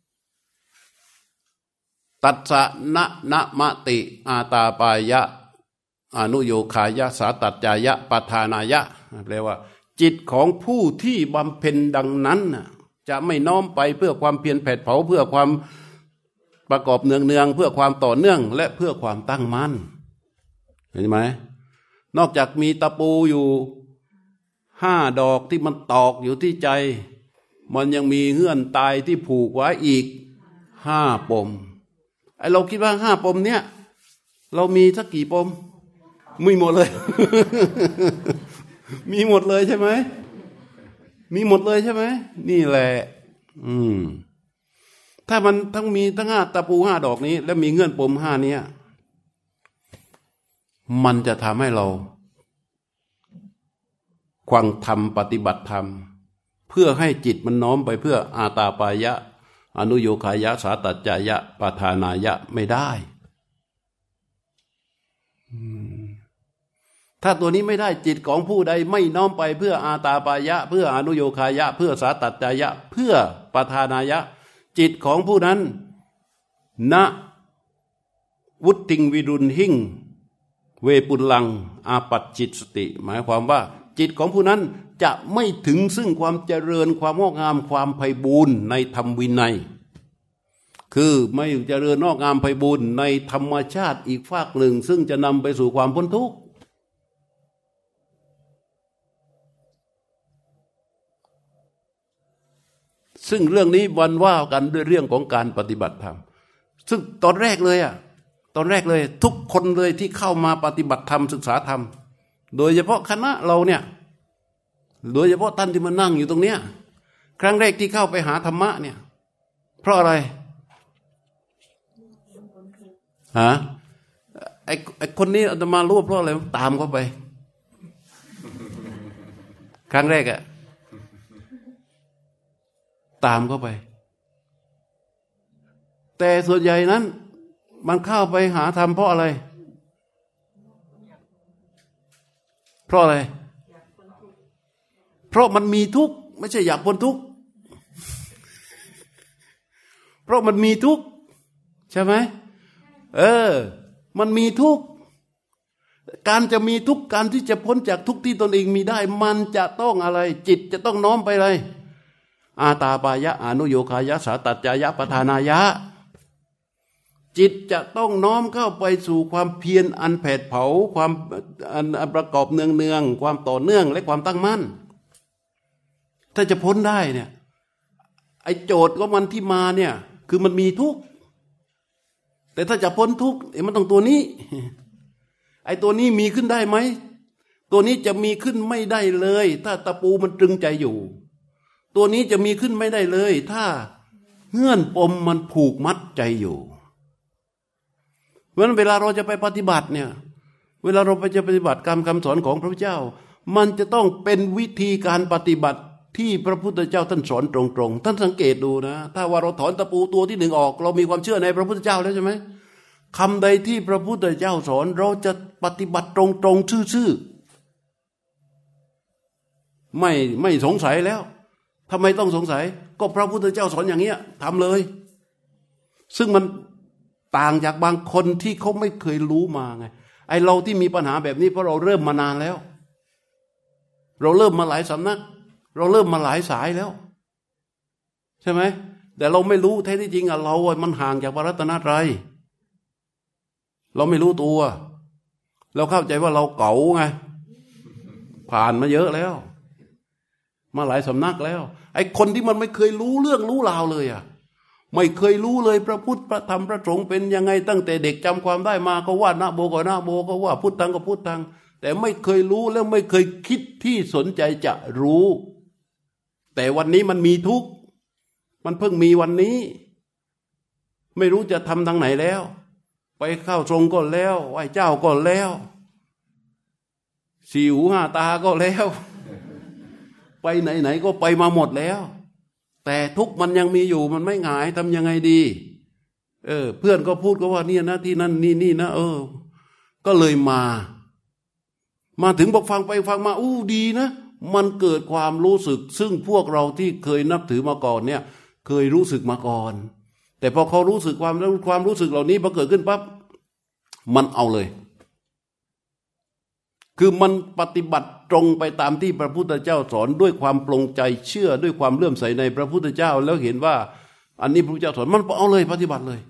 ตัสสะนะมติอาตาปายะอนุโยคายะสาตัจจายะปทานายะแปลว่าจิตของผู้ที่บำเพ็ญดังนั้นจะไม่น้อมไปเพื่อความเพียรแผดเผาเพื่อความประกอบเนืองเพื่อความต่อเนื่องและเพื่อความตั้งมั่นเห็นไหมนอกจากมีตะปูอยู่5 ดอกที่มันตอกอยู่ที่ใจมันยังมีเงื่อนตายที่ผูกไว้อีก5 ปมไอเราคิดว่า5 ปมเนี้ยเรามีสักกี่ปมมีหมดเลย มีหมดเลยใช่ไหมมีหมดเลยใช่ไหมนี่แหละถ้ามันทั้งมีทั้งตะปู5 ดอกนี้แล้วมีเงื่อนปม5นี้มันจะทำให้เราควังธรรมปฏิบัติธรรมเพื่อให้จิตมันน้อมไปเพื่ออาตาปายะอนุโยคายะสาตัจจายะปาทานายะไม่ได้ถ้าตัวนี้ไม่ได้จิตของผู้ใดไม่น้อมไปเพื่ออาตาปายะเพื่ออนุโยคายะเพื่อสาตัจจายะเพื่อปาทานายะจิตของผู้นั้นณวุตติงวิรุณหิ่งเวปุลลังอาปัจจิตสติหมายความว่าจิตของผู้นั้นจะไม่ถึงซึ่งความเจริญความงอกงามความไพบูรณ์ในธรรมวินัยคือไม่เจริญงอกงามไพบูรณ์ในธรรมชาติอีกฝากหนึ่งซึ่งจะนำไปสู่ความพ้นทุกข์ซึ่งเรื่องนี้วันว่ากันด้วยเรื่องของการปฏิบัติธรรมซึ่งตอนแรกเลยทุกคนเลยที่เข้ามาปฏิบัติธรรมศึกษาธรรมโดยเฉพาะคณะเราเนี่ยโดยเฉพาะท่านที่มานั่งอยู่ตรงเนี้ยครั้งแรกที่เข้าไปหาธรรมะเนี่ยเพราะอะไรไอ้คนนี้อาตมารู้เพราะอะไรตามเข้าไปครั้งแรกตามเข้าไปแต่ส่วนใหญ่นั้นมันเข้าไปหาธรรมเพราะอะไรเพราะอะไรเพราะมันมีทุกข์ไม่ใช่อยากพ้นทุกข์เพราะมันมีทุกข์ใช่ไหมมันมีทุกข์การจะมีทุกข์การที่จะพ้นจากทุกข์ที่ตนเองมีได้มันจะต้องอะไรจิตจะต้องน้อมไปเลยอาตาปายะอนุโยคายะสาตัจจายะปทานายะจิตจะต้องน้อมเข้าไปสู่ความเพียรอันแผดเผาความอันประกอบเนืองความต่อเนื่องและความตั้งมั่นถ้าจะพ้นได้เนี่ยไอ้โจทย์ของมันที่มาเนี่ยคือมันมีทุกข์แต่ถ้าจะพ้นทุกข์มันต้องตัวนี้ไอ้ตัวนี้มีขึ้นได้ไหมตัวนี้จะมีขึ้นไม่ได้เลยถ้าตะปูมันตรึงใจอยู่ตัวนี้จะมีขึ้นไม่ได้เลยถ้าเงื่อนปมมันผูกมัดใจอยู่เพราะฉะนั้นเวลาเราจะไปปฏิบัติเนี่ยเวลาเราไปจะปฏิบัติกรรมคำสอนของพระพุทธเจ้ามันจะต้องเป็นวิธีการปฏิบัติที่พระพุทธเจ้าท่านสอนตรงๆท่านสังเกตดูนะถ้าว่าเราถอนตะปูตัวที่1ออกเรามีความเชื่อในพระพุทธเจ้าแล้วใช่ไหมคำใดที่พระพุทธเจ้าสอนเราจะปฏิบัติตรงๆซื่อๆไม่สงสัยแล้วทำไมต้องสงสัยก็พระพุทธเจ้าสอนอย่างเงี้ยทำเลยซึ่งมันต่างจากบางคนที่เขาไม่เคยรู้มาไงไอเราที่มีปัญหาแบบนี้เพราะเราเริ่มมานานแล้วเราเริ่มมาหลายสำนักเราเริ่มมาหลายสายแล้วใช่ไหมแต่เราไม่รู้แท้ที่จริงเรามันห่างจากพระรัตนตรัยเราไม่รู้ตัวเราเข้าใจว่าเราเก๋าไงผ่านมาเยอะแล้วมาหลายสำนักแล้วไอ้คนที่มันไม่เคยรู้เรื่องรู้ราวเลยไม่เคยรู้เลยพระพุทธพระธรรมพระสงฆ์เป็นยังไงตั้งแต่เด็กจำความได้มาก็ว่านะโมก็นะโมก็ว่าพุทธังก็พุทธังแต่ไม่เคยรู้แล้วไม่เคยคิดที่สนใจจะรู้แต่วันนี้มันมีทุกข์มันเพิ่งมีวันนี้ไม่รู้จะทำทางไหนแล้วไปเข้าทรงก็แล้วไหว้เจ้าก็แล้วสี่หูห้าตาก็แล้วไปไหนก็ไปมาหมดแล้วแต่ทุกมันยังมีอยู่มันไม่หงายทำยังไงดีเพื่อนก็พูดก็ว่าเนี่ยนะที่นั่นนี่นะก็เลยมาถึงบอกฟังไปฟังมาดีนะมันเกิดความรู้สึกซึ่งพวกเราที่เคยนับถือมาก่อนเนี่ยเคยรู้สึกมาก่อนแต่พอเขารู้สึกความรู้สึกเหล่านี้พอเกิดขึ้นปั๊บมันเอาเลยคือมันปฏิบัติตรงไปตามที่พระพุทธเจ้าสอนด้วยความปลงใจเชื่อด้วยความเลื่อมใสในพระพุทธเจ้าแล้วเห็นว่าอันนี้พระพุทธเจ้าสอนมันเอาเลยปฏิบัติเลย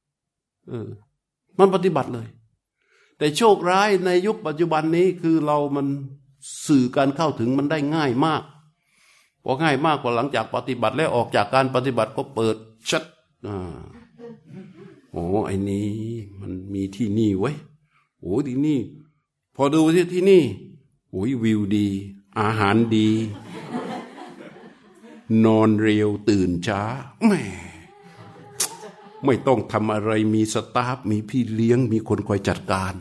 มันปฏิบัติเลยแต่โชคร้ายในยุคปัจจุบันนี้คือเรามันสื่อการเข้าถึงมันได้ง่ายมากพอง่ายมากกว่าหลังจากปฏิบัติแล้วออกจากการปฏิบัติก็เปิดชัดโอ้ไอ้นี้มันมีที่นี่ไว้โอ้ที่นี่พอดูที่นี่โอ้ยวิวดีอาหารดีนอนเร็วตื่นช้าแหมไม่ต้องทำอะไรมีสตาฟมีพี่เลี้ยงมีคนคอยจัดการ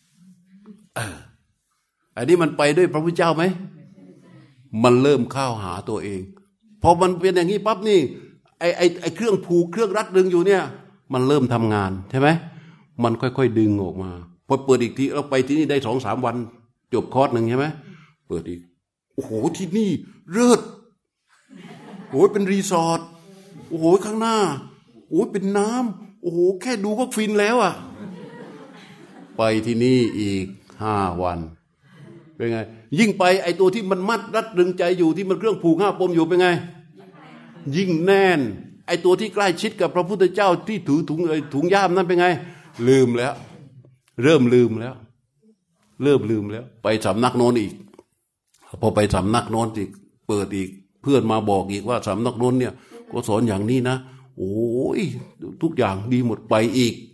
อันนี้มันไปด้วยพระพุทธเจ้าไหมมันเริ่มเข้าหาตัวเองพอมันเป็นอย่างนี้ปั๊บนี่ไอ้เครื่องผูกเครื่องรัดดึงอยู่เนี่ยมันเริ่มทำงานใช่ไหมมันค่อยๆดึงออกมาพอเปิดอีกทีเราไปที่นี่ได้2-3 วันจบคอร์สหนึ่งใช่ไหมเปิดอีกโอ้โหที่นี่เลิศโอ้ยเป็นรีสอร์ทโอ้โหข้างหน้าโอ้ยเป็นน้ำโอ้โหแค่ดูก็ฟินแล้วอ่ะไปที่นี่อีก5 วันเป็นไงยิ่งไปไอ้ตัวที่มันมัดรัดดึงใจอยู่ที่มันเครื่องผูก5 ปมอยู่เป็นไงยิ่งแน่นไอ้ตัวที่ใกล้ชิดกับพระพุทธเจ้าที่ถือถุงย่ามนั้นเป็นไงลืมแล้วเริ่มลืมแล้วไปสำนักโน้นอีกพอไปสำนักโน้นอีกเปิดอีกเพื่อนมาบอกอีกว่าสำนักโน้นเนี่ยก็สอนอย่างนี้นะโอ้ยทุกอย่างดีหมดไปอีก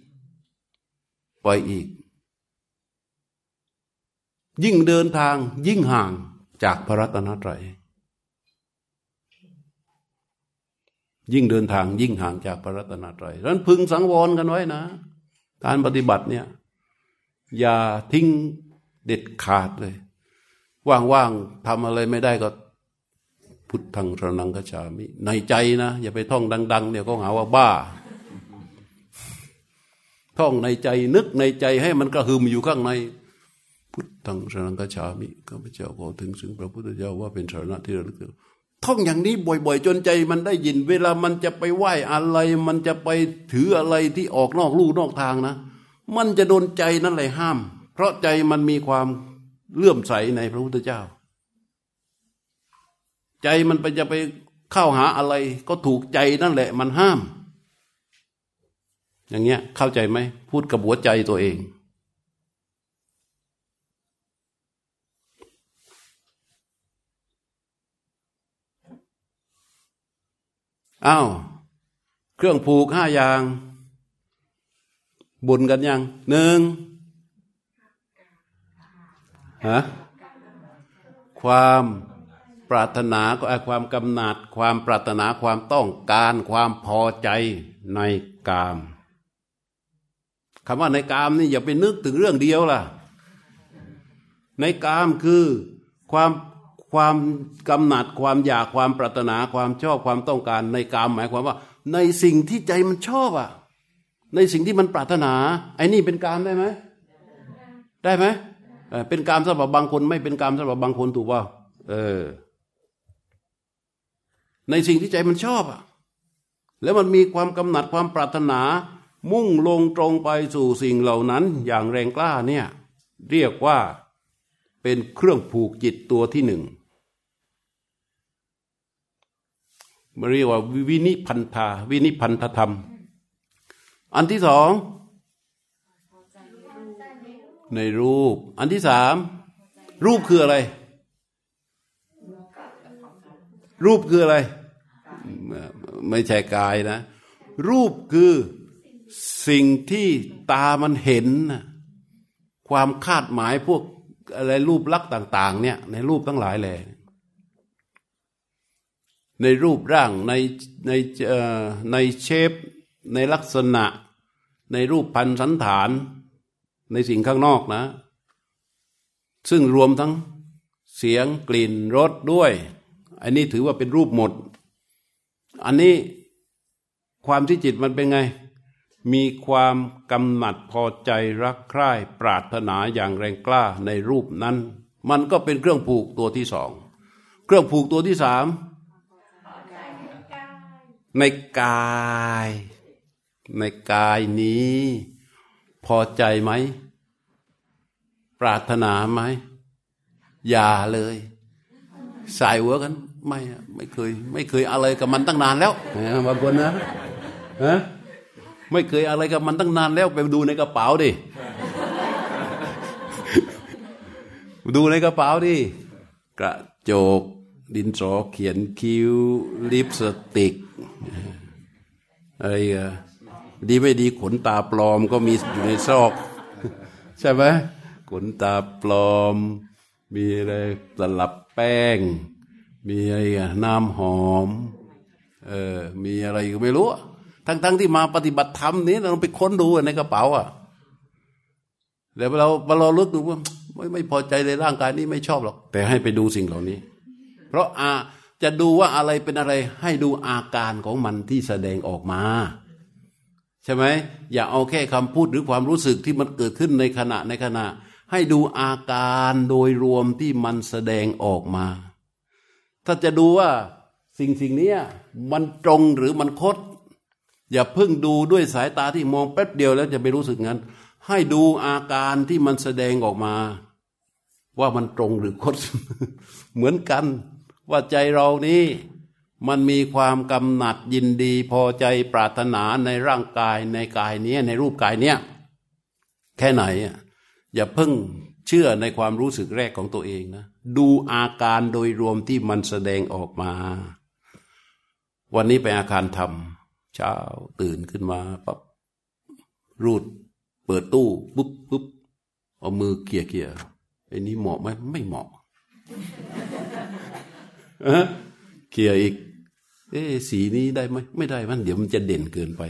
ยิ่งเดินทางยิ่งห่างจากพระรัตนตรัยยิ่งเดินทางยิ่งห่างจากพระรัตนตรัยฉะนั้นพึงสังวรกันไว้นะการปฏิบัติเนี่ยอย่าทิ้งเด็ดขาดเลยว่างๆทำอะไรไม่ได้ก็พุทธังสรณังคัจฉามิในใจนะอย่าไปท่องดังๆเนี่ยก็หาว่าบ้าท่องในใจนึกในใจให้มันกระหึ่มอยู่ข้างในพุทธังสรณังคัจฉามิข้าพเจ้าขอถึงซึ่งพระพุทธเจ้าว่าเป็นสรณะที่ระลึกถึงท่องอย่างนี้บ่อยๆจนใจมันได้ยินเวลามันจะไปไหว้อะไรมันจะไปถืออะไรที่ออกนอกลู่นอกทางนะมันจะโดนใจนั่นแหละห้ามเพราะใจมันมีความเลื่อมใสในพระพุทธเจ้าใจมันจะไปเข้าหาอะไรก็ถูกใจนั่นแหละมันห้ามอย่างเงี้ยเข้าใจไหมพูดกับหัวใจตัวเองอ้าวเครื่องผูก5 อย่างบุญกันยังความปรารถนาก็ความกำหนัดความปรารถนาความต้องการความพอใจในกามคำว่าในกามนี่อย่าไปนึกถึงเรื่องเดียวล่ะในกามคือความกำหนัดความอยากความปรารถนาความชอบความต้องการในกามหมายความว่าในสิ่งที่ใจมันชอบอ่ะในสิ่งที่มันปรารถนาไอ้นี่เป็นกามได้ไหมเป็นกามสำหรับบางคนไม่เป็นกามสำหรับบางคนถูกป่ะในสิ่งที่ใจมันชอบอ่ะแล้วมันมีความกำหนัดความปรารถนามุ่งลงตรงไปสู่สิ่งเหล่านั้นอย่างแรงกล้าเนี่ยเรียกว่าเป็นเครื่องผูกจิตตัวที่1เรียกว่าวินิพันธธรรมอันที่2ในรูปอันที่3รูปคืออะไรรูปคืออะไรไม่ใช่กายนะรูปคือสิ่งที่ตามันเห็นความคาดหมายพวกอะไรรูปลักษณ์ต่างๆเนี่ยในรูปทั้งหลายแหละในรูปร่างในเชฟในลักษณะในรูปพันสันฐานในสิ่งข้างนอกนะซึ่งรวมทั้งเสียงกลิ่นรสด้วยอันนี้ถือว่าเป็นรูปหมดอันนี้ความที่จิตมันเป็นไงมีความกำหนัดพอใจรักใคร่ปรารถนาอย่างแรงกล้าในรูปนั้นมันก็เป็นเครื่องผูกตัวที่2เครื่องผูกตัวที่3ในกายนี้พอใจไหมปรารถนาไหมอย่าเลยสายหัวกันไม่เคยอะไรกับมันตั้งนานแล้วบางคนนะไม่เคยอะไรกับมันตั้งนานแล้วไปดูในกระเป๋าดิดูในกระเป๋าดิกระจกดินสอเขียนคิ้วลิปสติกอะไรดีไม่ดีขนตาปลอมก็มีอยู่ในซอกใช่ไหมขนตาปลอมมีอะไรตลับแป้งมีอะไรน้ำหอมมีอะไรก็ไม่รู้ทั้งที่มาปฏิบัติธรรมนี้เราไปค้นดูในกระเป๋าแต่เราลึกดูว่าไม่พอใจในร่างกายนี้ไม่ชอบหรอกแต่ให้ไปดูสิ่งเหล่านี้เพราะจะดูว่าอะไรเป็นอะไรให้ดูอาการของมันที่แสดงออกมาใช่ไหมอย่าเอาแค่คำพูดหรือความรู้สึกที่มันเกิดขึ้นในขณะให้ดูอาการโดยรวมที่มันแสดงออกมาถ้าจะดูว่าสิ่งนี้มันตรงหรือมันคดอย่าเพิ่งดูด้วยสายตาที่มองแป๊บเดียวแล้วจะไปรู้สึกงั้นให้ดูอาการที่มันแสดงออกมาว่ามันตรงหรือคด เหมือนกันว่าใจเรานี้มันมีความกำหนัดยินดีพอใจปรารถนาในร่างกายในกายนี้ในรูปกายเนี้ยแค่ไหนอย่าเพิ่งเชื่อในความรู้สึกแรกของตัวเองนะดูอาการโดยรวมที่มันแสดงออกมาวันนี้ไปอาคารธรรมเช้าตื่นขึ้นมาปั๊บรูดเปิดตู้ปุ๊บเอามือเกี่ยไอ้นี้เหมาะไหมไม่เหมาะเกี่ยอีกสีนี้ได้ไหมไม่ได้มันเดี๋ยวมันจะเด่นเกินไป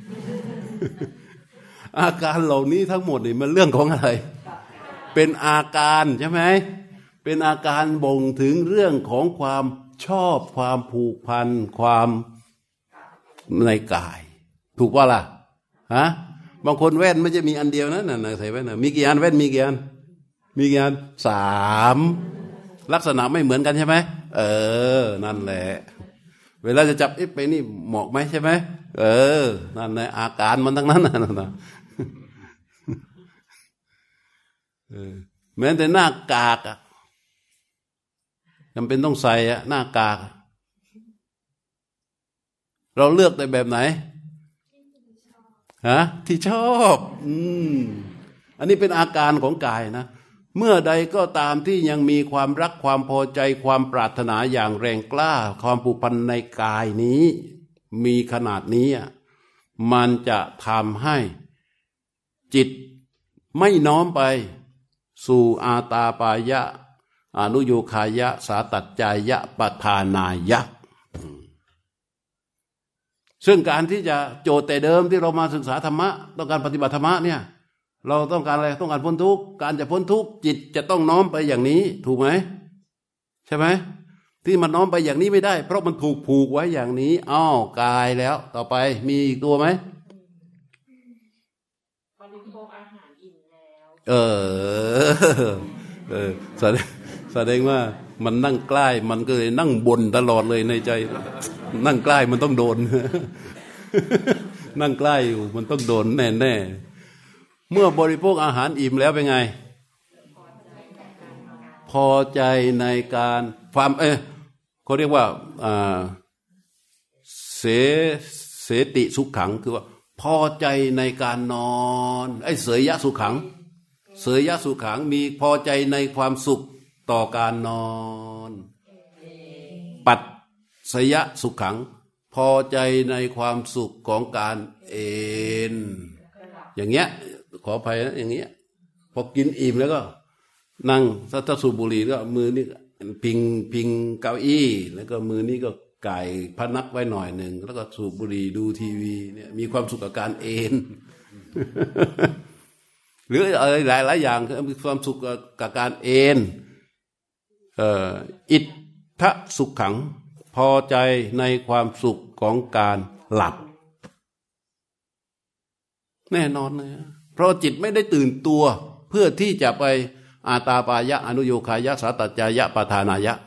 อาการเหล่านี้ทั้งหมดนี่มันเรื่องของอะไรเป็นอาการใช่ไหมเป็นอาการบ่งถึงเรื่องของความชอบความผูกพันความในกายถูกว่าล่ะบางคนแว่นไม่ใช่มีอันเดียวนะใส่แว่นมีกี่อันแว่นมีกี่อัน3ลักษณะไม่เหมือนกันใช่ไหมนั่นแหละเวลาจะจับไปนี่เหมาะไหมใช่ไหมนั่นแหละอาการมันทั้งนั้นนะแม้แต่หน้ากากจำเป็นต้องใส่หน้ากากเราเลือกแต่แบบไหนที่ชอบอันนี้เป็นอาการของกายนะเมื่อใดก็ตามที่ยังมีความรักความพอใจความปรารถนาอย่างแรงกล้าความผูกพันในกายนี้มีขนาดนี้มันจะทำให้จิตไม่น้อมไปสู่อาตาปายะอนุโยคายะสาตัจจายะปทานายะซึ่งการที่จะโจทย์แต่เดิมที่เรามาศึกษาธรรมะต้องการปฏิบัติธรรมะเนี่ยเราต้องการอะไรต้องการพ้นทุกข์การจะพ้นทุกข์จิตจะต้องน้อมไปอย่างนี้ถูกไหมใช่ไหมที่มันน้อมไปอย่างนี้ไม่ได้เพราะมันถูกผูกไว้อย่างนี้กายแล้วต่อไปมีอีกตัวไหมบริโภคอาหารอิ่มแล้วแสดงว่ามันนั่งใกล้มันก็เลยนั่งบนตลอดเลยในใจนั่งใกล้มันต้องโดน นั่งใกล้อยู่มันต้องโดนแน่ๆเมื่อบริโภคอาหารอิ่มแล้วเป็นไงพอใจในการความเขาเรียกว่าเสติสุขขังคือว่าพอใจในการนอนเสยยะสุขขังเสยยะสุขขังมีพอใจในความสุขต่อการนอนปัจสยะสุขขังพอใจในความสุขของการเอนอย่างเงี้ยขออภัยนะอย่างเงี้ยพอกินอิ่มแล้วก็นั่งถ้าสูบบุหรี่ก็มือนี่พิงเก้าอี้แล้วก็มือนี่ก็ไก่พนักไว้หน่อยหนึ่งแล้วก็สูบบุหรี่ดูทีวีเนี่ยมีความสุขกับการเอน หรืออะไรหลายอย่างมีความสุขกับการเอนอิทธสุขขังพอใจในความสุขของการหลับแน่นอนเลยเพราะจิตไม่ได้ตื่นตัวเพื่อที่จะไปอาตาปายะอนุโยคายะสาตัจจายะปทานายะ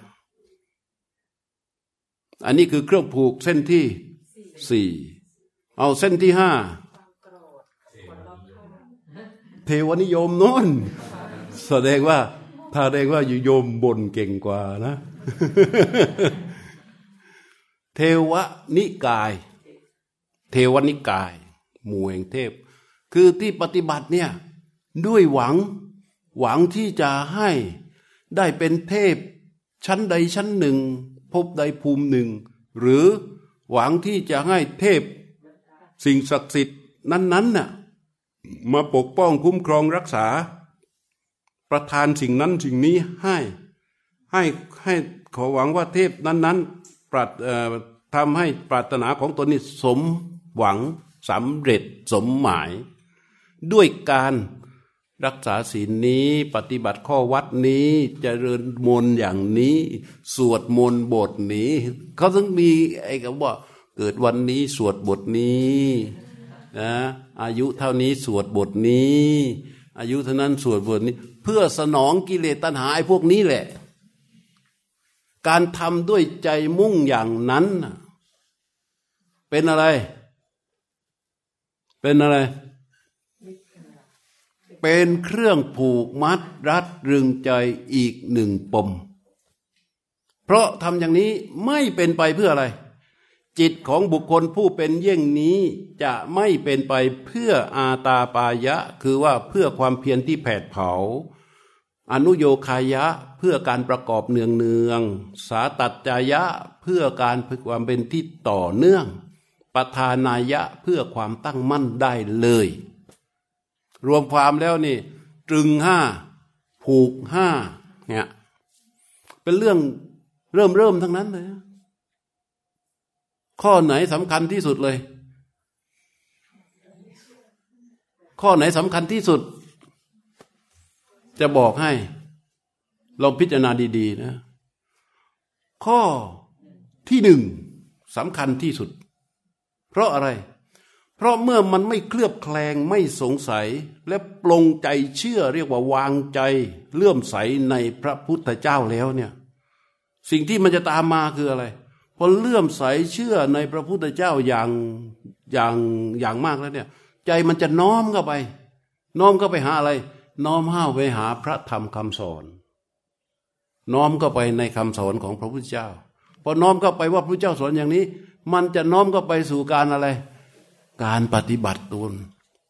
อันนี้คือเครื่องผูกเส้นที่4เอาเส้นที่5เทวนิยมโน้นแสดงว่าถ้าแสดงว่าโยมบ่นเก่งกว่านะ เทวนิกายเทวนิกายหมู่แห่งเทพคือที่ปฏิบัติเนี่ยด้วยหวังที่จะให้ได้เป็นเทพชั้นใดชั้นหนึ่งภพใดภูมิหนึ่งหรือหวังที่จะให้เทพสิ่งศักดิ์สิทธิ์นั้นๆน่ะมาปกป้องคุ้มครองรักษาประทานสิ่งนั้นสิ่งนี้ให้ขอหวังว่าเทพนั้นๆทำให้ปรารถนาของตนนี้สมหวังสำเร็จสมหมายด้วยการรักษาศีลนี้ปฏิบัติข้อวัดนี้เจริญมนต์อย่างนี้สวดมนต์บทนี้เขาถึงมีไอ้คำว่าเกิดวันนี้สวดบทนี้นะอายุเท่านี้สวดบทนี้อายุเท่านั้นสวดบทนี้เพื่อสนองกิเลสตัณหาไอ้พวกนี้แหละการทำด้วยใจมุ่งอย่างนั้นเป็นอะไรเป็นเครื่องผูกมัดรัดรึงใจอีกหนึ่งปมเพราะทำอย่างนี้ไม่เป็นไปเพื่ออะไรจิตของบุคคลผู้เป็นเยี่ยงนี้จะไม่เป็นไปเพื่ออาตาปายะคือว่าเพื่อความเพียรที่แผดเผาอนุโยคายะเพื่อการประกอบเนืองสาตัจจายะเพื่อการฝึกความเป็นที่ต่อเนื่องปทานายะเพื่อความตั้งมั่นได้เลยรวมความแล้วนี่ตรึง5ผูก5เนี่ยเป็นเรื่องเริ่มทั้งนั้นเลยข้อไหนสำคัญที่สุดเลยข้อไหนสำคัญที่สุดจะบอกให้ลองพิจารณาดีๆนะข้อที่1สำคัญที่สุดเพราะอะไรเพราะเมื่อมันไม่เคลือบแคลงไม่สงสัยและปลงใจเชื่อเรียกว่าวางใจเลื่อมใสในพระพุทธเจ้าแล้วเนี่ยสิ่งที่มันจะตามมาคืออะไรพอเลื่อมใสเชื่อในพระพุทธเจ้าอย่างมากแล้วเนี่ยใจมันจะน้อมเข้าไปหาอะไรน้อมไปหาพระธรรมคำสอนน้อมเข้าไปในคำสอนของพระพุทธเจ้าพอน้อมเข้าไปว่าพระพุทธเจ้าสอนอย่างนี้มันจะน้อมเข้าไปสู่การอะไรการปฏิบัติตน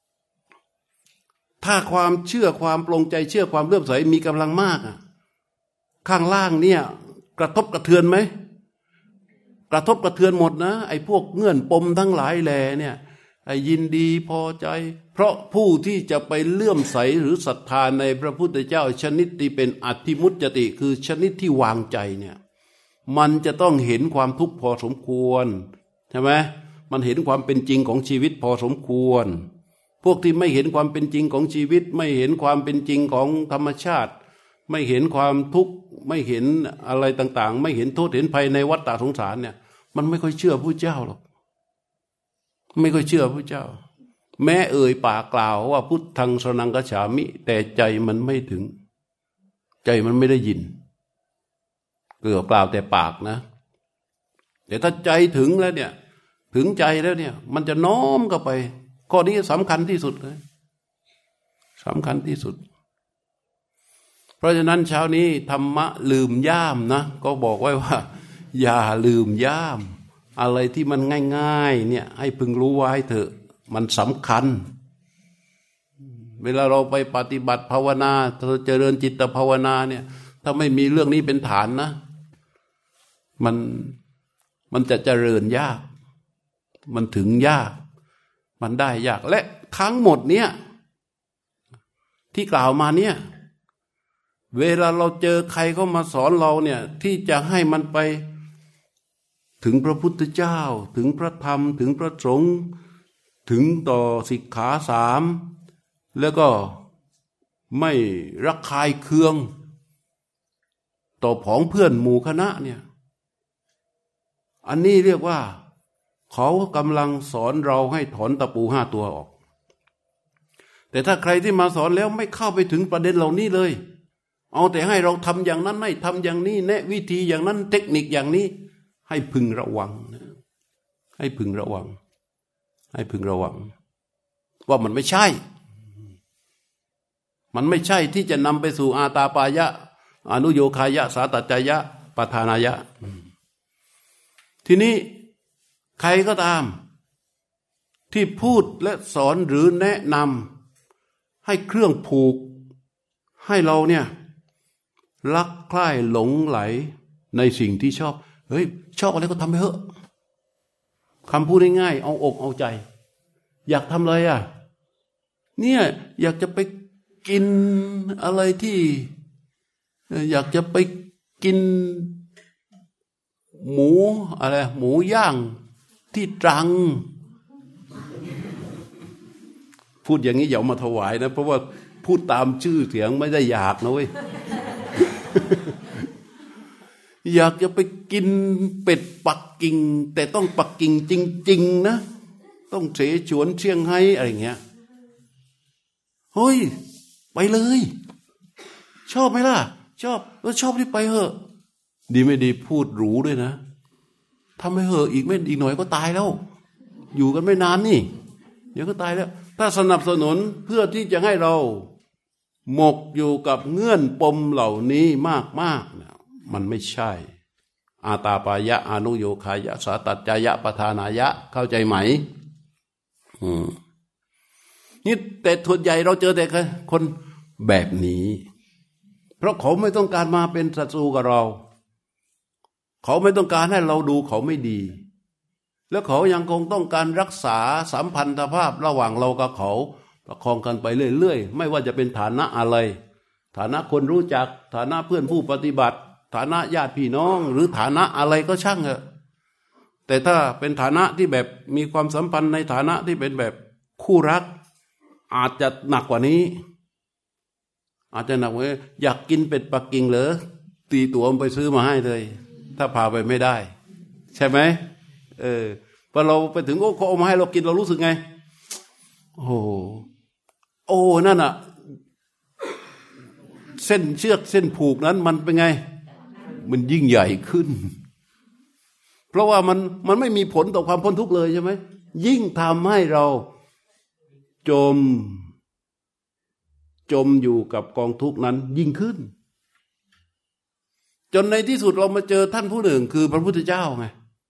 ถ้าความเชื่อความปลงใจเชื่อความเลื่อมใสมีกำลังมากข้างล่างเนี่ยกระทบกระเทือนไหมกระทบกระเทือนหมดนะไอ้พวกเงื่อนปมทั้งหลายแหล่เนี่ยไอ้ยินดีพอใจเพราะผู้ที่จะไปเลื่อมใสหรือศรัทธาในพระพุทธเจ้าชนิดที่เป็นอธิมุตจติคือชนิดที่วางใจเนี่ยมันจะต้องเห็นความทุกข์พอสมควรใช่ไหมมันเห็นความเป็นจริงของชีวิตพอสมควรพวกที่ไม่เห็นความเป็นจริงของชีวิตไม่เห็นความเป็นจริงของธรรมชาติไม่เห็นความทุกข์ไม่เห็นอะไรต่างๆไม่เห็นโทษเห็นภัยในวัฏฏะสงสารเนี่ยมันไม่ค่อยเชื่อพระเจ้าหรอกไม่ค่อยเชื่อพระเจ้าแม้เอ่ยปากกล่าวว่าพุทธังสรณังคัจฉามิแต่ใจมันไม่ถึงใจมันไม่ได้ยินกล่าวแต่ปากนะแต่ถ้าใจถึงแล้วเนี่ยถึงใจแล้วเนี่ยมันจะน้อมเข้าไปข้อนี้สำคัญที่สุดเลยสำคัญที่สุดเพราะฉะนั้นเช้านี้ธรรมะลืมย่ามนะก็บอกไว้ว่าอย่าลืมย่ามอะไรที่มันง่ายๆเนี่ยให้พึงรู้ไว้เถอะมันสำคัญเวลาเราไปปฏิบัติภาวนาเจริญจิตภาวนาเนี่ยถ้าไม่มีเรื่องนี้เป็นฐานนะมันจะเจริญยากมันถึงยากมันได้ยากและทั้งหมดเนี่ยที่กล่าวมาเนี่ยเวลาเราเจอใครเข้ามาสอนเราเนี่ยที่จะให้มันไปถึงพระพุทธเจ้าถึงพระธรรมถึงพระสงฆ์ถึงต่อสิกขา3แล้วก็ไม่ระคายเคืองต่อผองเพื่อนหมู่คณะเนี่ยอันนี้เรียกว่าเขากำลังสอนเราให้ถอนตะปู5 ตัวออกแต่ถ้าใครที่มาสอนแล้วไม่เข้าไปถึงประเด็นเหล่านี้เลยเอาแต่ให้เราทำอย่างนั้นให้ทำอย่างนี้แนะวิธีอย่างนั้นเทคนิคอย่างนี้ให้พึงระวังนะให้พึงระวังว่ามันไม่ใช่ที่จะนำไปสู่อาตาปายะอนุโยคายะสาตัจจายะปทานายะทีนี้ใครก็ตามที่พูดและสอนหรือแนะนำให้เครื่องผูกให้เราเนี่ยรักใคร่หลงไหลในสิ่งที่ชอบเฮ้ยชอบอะไรก็ทำไปเถอะคำพูดง่ายๆเอาอกเอาใจอยากทำอะไรอ่ะเนี่ยอยากจะไปกินอะไรที่อยากจะไปกินหมูอะไรหมูย่างที่ตรังพูดอย่างนี้อย่ามาถวายนะเพราะว่าพูดตามชื่อเสียงไม่ได้อยากนะเว้ย อยากจะไปกินเป็ดปักกิ่งแต่ต้องปักกิ่งจริงๆนะต้องเสฉวนเชียงไฮ้อะไรเงี้ยเฮ้ยไปเลยชอบไหมล่ะชอบแล้วชอบที่ไปเหอะดีไม่ดีพูดหรูด้วยนะทำให้เหอะอีกไม่อีกหน่อยก็ตายแล้วอยู่กันไม่นานนี่เดี๋ยวก็ตายแล้วถ้าสนับสนุนเพื่อที่จะให้เราหมกอยู่กับเงื่อนปมเหล่านี้มากๆเนี่ยมันไม่ใช่อาตาปายะอนุโยคายะสาตัจจายะปทานายะเข้าใจไหมนี่แต่ส่วนใหญ่เราเจอแต่คนแบบนี้เพราะเขาไม่ต้องการมาเป็นศัตรูกับเราเขาไม่ต้องการให้เราดูเขาไม่ดีแล้วเขายังคงต้องการรักษาสัมพันธภาพระหว่างเรากับเขาประคองกันไปเรื่อยๆไม่ว่าจะเป็นฐานะอะไรฐานะคนรู้จักฐานะเพื่อนผู้ปฏิบัติฐานะญาติพี่น้องหรือฐานะอะไรก็ช่างเถอะแต่ถ้าเป็นฐานะที่แบบมีความสัมพันธ์ในฐานะที่เป็นแบบคู่รักอาจจะหนักกว่านี้อาจจะหนักกว่านี้อยากกินเป็ดปักกิ่งเหรอตีตั๋วไปซื้อมาให้เลยถ้าพาไปไม่ได้ใช่ไหมพอเราไปถึงโอ้เขาเอามาให้เรากินเรารู้สึกไงโอ้นั่นอ่ะเส้นเชือกเส้นผูกนั้นมันเป็นไงมันยิ่งใหญ่ขึ้นเพราะว่ามันไม่มีผลต่อความพ้นทุกข์เลยใช่ไหมยิ่งทำให้เราจมอยู่กับกองทุกข์นั้นยิ่งขึ้นจนในที่สุดเรามาเจอท่านผู้หนึ่งคือพระพุทธเจ้าไง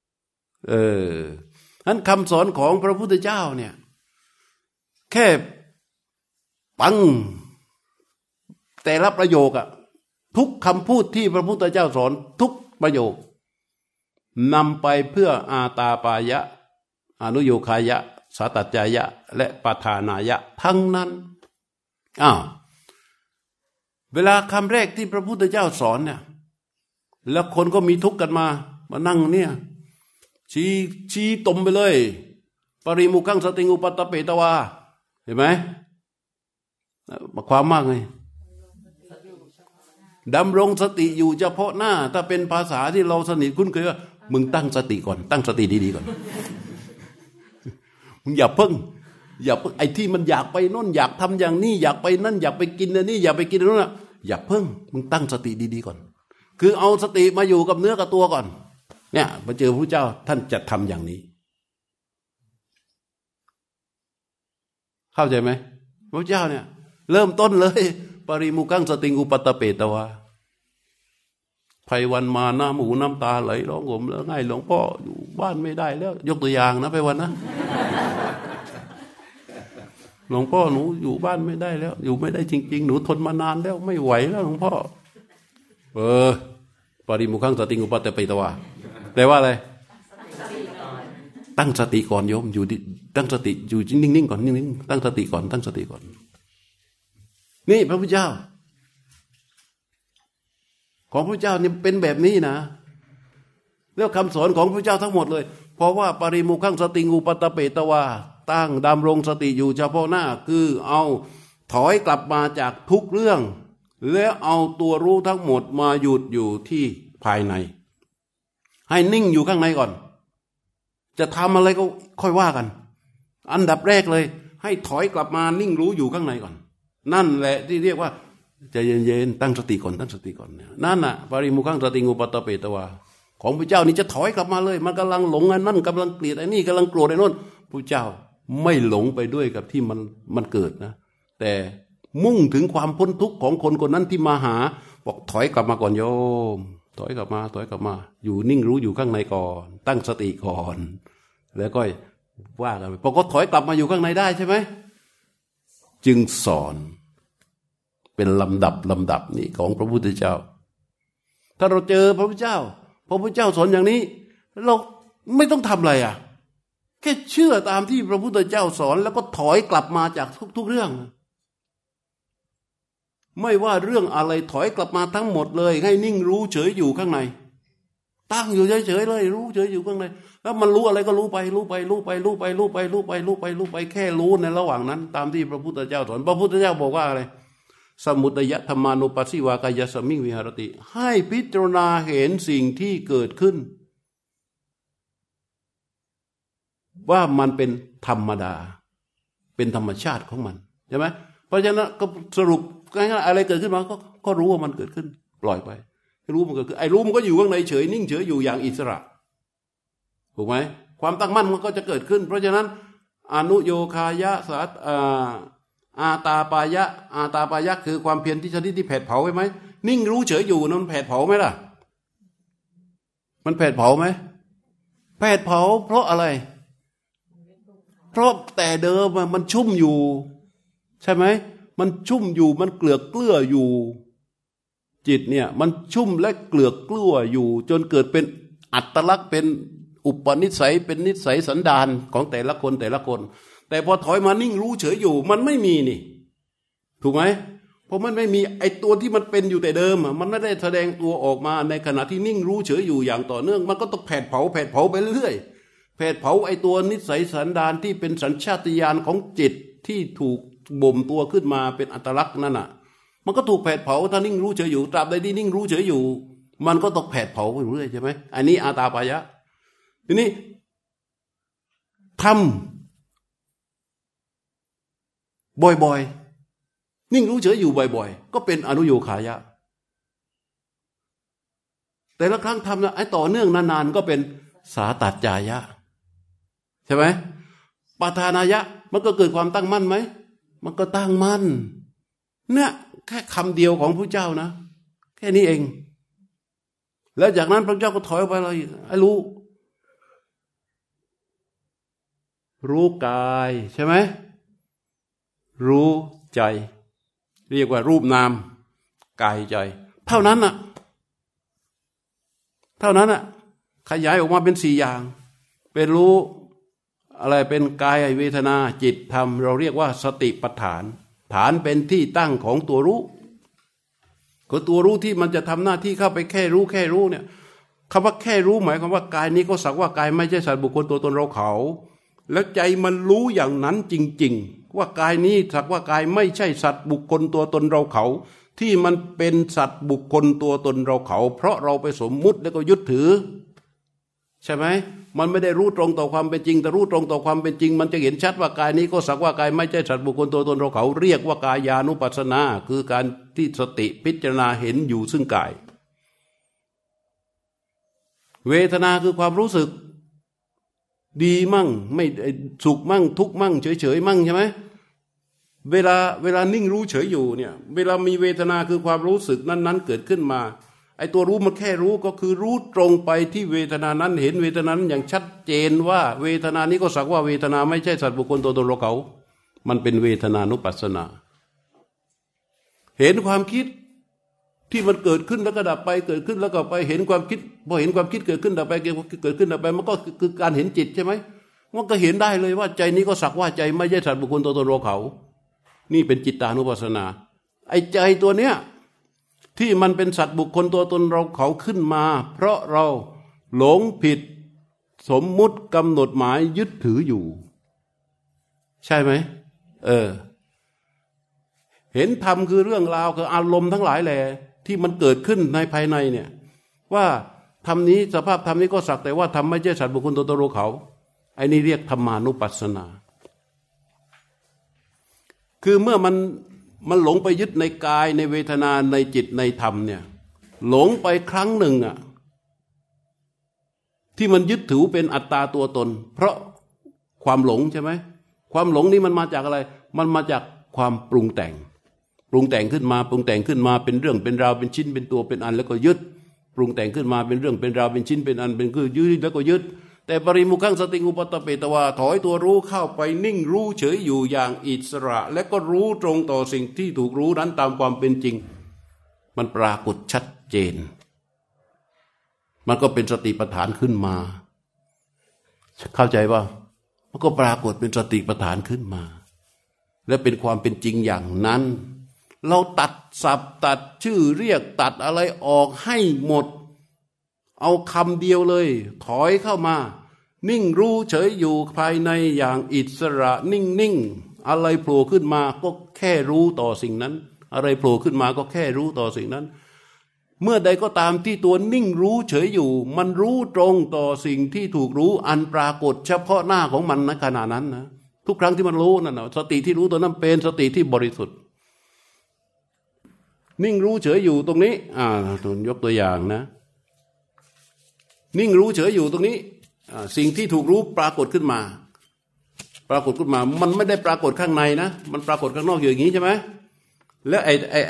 นั้นคำสอนของพระพุทธเจ้าเนี่ยแค่ปังแต่ละประโยคอะทุกคำพูดที่พระพุทธเจ้าสอนทุกประโยคนำไปเพื่ออาตาปายะอนุโยคายะสาตัจจายะและปทานายะทั้งนั้นเวลาคำแรกที่พระพุทธเจ้าสอนเนี่ยแล้วคนก็มีทุกข์กันมานั่งเนี่ยชี้ตมไปเลยปริมุขังสติงอุปัตตเปตวาเห็นไหมความมากไงดำรงสติอยู่เฉพาะหน้าถ้าเป็นภาษาที่เราสนิทคุ้นเคยว่ามึงตั้งสติก่อนตั้งสติดีๆก่อนมึงอย่าเพิ่งไอ้ที่มันอยากไปโน่นอยากทำอย่างนี้อยากไปนั่นอยากไปกินอันนี้อยากไปกินอันนั้นอย่าเพิ่งมึงตั้งสติดีๆก่อนคือเอาสติมาอยู่กับเนื้อกับตัวก่อนเนี่ยมาเจอพระเจ้าท่านจะทำอย่างนี้เข้าใจไหมพระเจ้าเนี่ยเริ่มต้นเลยปริมุขังสติงอุปัตตเปตวาไพวันมาน้ำหูน้ำตาไหลร้องห่มแล้วไงหลวงพ่ออยู่บ้านไม่ได้แล้วยกตัวอย่างนะไพวันนะหลวงพ่อหนูอยู่บ้านไม่ได้แล้วอยู่ไม่ได้จริงๆหนูทนมานานแล้วไม่ไหวแล้วหลวงพ่อปริมุขังสติงอุปัตตเปตวาแปลว่าอะไรตั้งสติก่อนโยมอยู่ตั้งสติอยู่นิ่งๆก่อนนิ่งๆตั้งสติก่อนตั้งสติก่อนนี่พระพุทธเจ้าของพระเจ้านี่เป็นแบบนี้นะแล้วคำสอนของพระเจ้าทั้งหมดเลยเพราะว่าปริมุขังสติงอุปัตตเปตวาตั้งดำรงสติอยู่เฉพาะหน้าคือเอาถอยกลับมาจากทุกเรื่องแล้วเอาตัวรู้ทั้งหมดมาหยุดอยู่ที่ภายในให้นิ่งอยู่ข้างในก่อนจะทำอะไรก็ค่อยว่ากันอันดับแรกเลยให้ถอยกลับมานิ่งรู้อยู่ข้างในก่อนนั่นแหละที่เรียกว่าใจเย็นๆตั้งสติก่อนตั้งสติก่อนนั่นน่ะปริมุขังสติงอุปัตตเปตวาของพระเจ้านี่จะถอยกลับมาเลยมันกำลังหลงอันนั่นกำลังเกลียดไอ้นี่กำลังโกรธไอ้นู่นพระเจ้าไม่หลงไปด้วยกับที่มันเกิดนะแต่มุ่งถึงความพ้นทุกข์ของคนคนนั้นที่มาหาบอกถอยกลับมาก่อนโยมถอยกลับมาอยู่นิ่งรู้อยู่ข้างในก่อนตั้งสติก่อนแล้วก็ว่ากันไปพอก็ถอยกลับมาอยู่ข้างในได้ใช่ไหมจึงสอนเป็นลำดับนี่ของพระพุทธเจ้าถ้าเราเจอพระพุทธเจ้าสอนอย่างนี้เราไม่ต้องทำอะไรอ่ะแค่เชื่อตามที่พระพุทธเจ้าสอนแล้วก็ถอยกลับมาจากทุกเรื่องไม่ว่าเรื่องอะไรถอยกลับมาทั้งหมดเลยให้นิ่งรู้เฉยอยู่ข้างในตั้งอยู่เฉยๆเลยรู้เฉยอยู่ข้างในแล้วมันรู้อะไรก็รู้ไปแค่รู้ในระหว่างนั้นตามที่พระพุทธเจ้าสอนพระพุทธเจ้าบอกว่าอะไรสมุทัยธรรมานุปัสสิวากายสมิงวิหารติให้พิจารณาเห็นสิ่งที่เกิดขึ้นว่ามันเป็นธรรมดาเป็นธรรมชาติของมันใช่ไหมเพราะฉะนั้นก็สรุปง่ายๆอะไรเกิดขึ้นมาก็รู้ว่ามันเกิดขึ้นปล่อยไปรู้มันเกิดขึ้นไอ้รู้มันก็อยู่ข้างในเฉยนิ่งเฉยอยู่อย่างอิสระถูกไหมความตั้งมั่นมันก็จะเกิดขึ้นเพราะฉะนั้นอนุโยคายะสัตอาตาปายะคือความเพียรที่ชนิดที่แผดเผาใช่ไหมนิ่งรู้เฉยอยู่นั้นแผดเผาไหมล่ะมันแผดเผาไหมแผดเผาเพราะอะไรเพราะแต่เดิมมันชุ่มอยู่ใช่ไหมมันชุ่มอยู่มันเกลืออยู่จิตเนี่ยมันชุ่มและเกลืออยู่จนเกิดเป็นอัตลักษณ์เป็นอุปนิสัยเป็นนิสัยสันดานของแต่ละคนแต่พอถอยมานิ่งรู้เฉยอยู่มันไม่มีนี่ถูกไหมเพราะมันไม่มีไอตัวที่มันเป็นอยู่แต่เดิมมันไม่ได้แสดงตัวออกมาในขณะที่นิ่งรู้เฉยอยู่อย่างต่อเนื่องมันก็ต้องแผดเผาไปเรื่อยๆแผดเผาไอตัวนิสัยสันดานที่เป็นสัญชาตญาณของจิตที่ถูกบ่มตัวขึ้นมาเป็นอัตลักษณ์นั่นน่ะมันก็ถูกแผดเผาถ้านิ่งรู้เฉยอยู่ตราบใดที่นิ่งรู้เฉยอยู่มันก็ต้องแผดเผาไปเรื่อยใช่ไหมอันนี้อาตาปายะทีนี้ทำบ่อยๆนิ่งรู้เฉยอยู่บ่อยๆก็เป็นอนุโยคายะแต่ละครั้งทำนะไอ้ต่อเนื่องนานๆก็เป็นสาตัจจายะใช่ไหมปาทานายะมันก็เกิดความตั้งมั่นไหมมันก็ตั้งมั่นเนี่ยแค่คำเดียวของพระเจ้านะแค่นี้เองแล้วจากนั้นพระเจ้าก็ถอยไปเลยไอ้รู้กายใช่ไหมรู้ใจเรียกว่ารูปนามกายใจเท่านั้นน่ะขยายออกมาเป็น4อย่างเป็นรู้อะไรเป็นกายเวทนาจิตธรรมเราเรียกว่าสติปัฏฐานฐานเป็นที่ตั้งของตัวรู้ก็ตัวรู้ที่มันจะทำหน้าที่เข้าไปแค่รู้เนี่ยคำว่าแค่รู้หมายความว่ากายนี้ก็สักว่ากายไม่ใช่สัตว์บุคคลตัวตนเราเขาแล้วใจมันรู้อย่างนั้นจริงๆว่ากายนี้สักว่ากายไม่ใช่สัตว์บุคคลตัวตนเราเขาที่มันเป็นสัตว์บุคคลตัวตนเราเขาเพราะเราไปสมมุติแล้วก็ยึดถือใช่ไหมมันไม่ได้รู้ตรงต่อความเป็นจริงแต่รู้ตรงต่อความเป็นจริงมันจะเห็นชัดว่ากายนี้ก็สักว่ากายไม่ใช่สัตว์บุคคลตัวตนเราเขาเรียกว่ากายานุปัสสนาคือการที่สติพิจารณาเห็นอยู่ซึ่งกายเวทนาคือความรู้สึกดีมั่งไม่สุขมั่งทุกข์มั่งเฉยมั่งใช่ไหมเวลานิ่งรู้เฉยอยู่เนี่ยเวลามีเวทนาคือความรู้สึกนั้นๆเกิดขึ้นมาไอ้ตัวรู้มันแค่รู้ก็คือรู้ตรงไปที่เวทนานั้นเห็นเวทนานั้นอย่างชัดเจนว่าเวทนานี้ก็สักว่าเวทนาไม่ใช่สัตว์บุคคลตัวตนเราเขามันเป็นเวทนานุปัสสนาเห็นความคิดที่มันเกิดขึ้นแล้วก็ดับไปเกิดขึ้นแล้วก็ไปเห็นความคิดพอเห็นความคิดเกิดขึ้นดับไปเกิดขึ้นดับไปมันก็คือการเห็นจิตใช่ไหมมันก็เห็นได้เลยว่าใจนี้ก็สักว่าใจไม่ใช่สัตว์บุคคลตัวตนเราเขานี่เป็นจิตตานุปัสสนาไอ้ใจตัวเนี้ยที่มันเป็นสัตว์บุคคลตัวตนเราเขาขึ้นมาเพราะเราหลงผิดสมมุติกำหนดหมายยึดถืออยู่ใช่ไหมเห็นธรรมคือเรื่องราวคืออารมณ์ทั้งหลายแหละที่มันเกิดขึ้นในภายในเนี่ยว่าธรรมนี้สภาพธรรมนี้ก็สักแต่ว่าธรรมไม่ใช่สัตว์บุคคลตัวตนเราเขาไอ้นี่เรียกธรรมานุปัสสนาคือเมื่อมันหลงไปยึดในกายในเวทนาในจิตในธรรมเนี่ยหลงไปครั้งหนึ่งอ่ะที่มันยึดถือเป็นอัตตาตัวตนเพราะความหลงใช่ไหมความหลงนี้มันมาจากอะไรมันมาจากความปรุงแต่งปรุงแต่งขึ้นมาปรุงแต่งขึ้นมาเป็นเรื่องเป็นราวเป็นชิ้นเป็นตัวเป็นอันแล้วก็ยึดปรุงแต่งขึ้นมาเป็นเรื่องเป็นราวเป็นชิ้นเป็นอันเป็นคือยึดแล้วก็ยึดแต่ปริมุขังสติอุปตเปตวาถอยตัวรู้เข้าไปนิ่งรู้เฉยอยู่อย่างอิสระและก็รู้ตรงต่อสิ่งที่ถูกรู้นั้นตามความเป็นจริงมันปรากฏชัดเจนมันก็เป็นสติปัฏฐานขึ้นมาเข้าใจว่ามันก็ปรากฏเป็นสติปัฏฐานขึ้นมาและเป็นความเป็นจริงอย่างนั้นเราตัดศัพท์ตัดชื่อเรียกตัดอะไรออกให้หมดเอาคำเดียวเลยถอยเข้ามานิ่งรู้เฉยอยู่ภายในอย่างอิสระนิ่งอะไรโผล่ขึ้นมาก็แค่รู้ต่อสิ่งนั้นอะไรโผล่ขึ้นมาก็แค่รู้ต่อสิ่งนั้นเมื่อใดก็ตามที่ตัวนิ่งรู้เฉยอยู่มันรู้ตรงต่อสิ่งที่ถูกรู้อันปรากฏเฉพาะหน้าของมันในขณะนั้นนะทุกครั้งที่มันรู้นั่นนะสติที่รู้ตัวนั้นเป็นสติที่บริสุทธิ์นิ่งรู้เฉยอยู่ตรงนี้ตัวยกตัวอย่างนะนิ่งรู้เฉยอยู่ตรงนี้สิ่งที่ถูกรู้ปรากฏขึ้นมามันไม่ได้ปรากฏข้างในนะมันปรากฏข้างนอกอยู่อย่างนี้ใช่ไหมแล้ว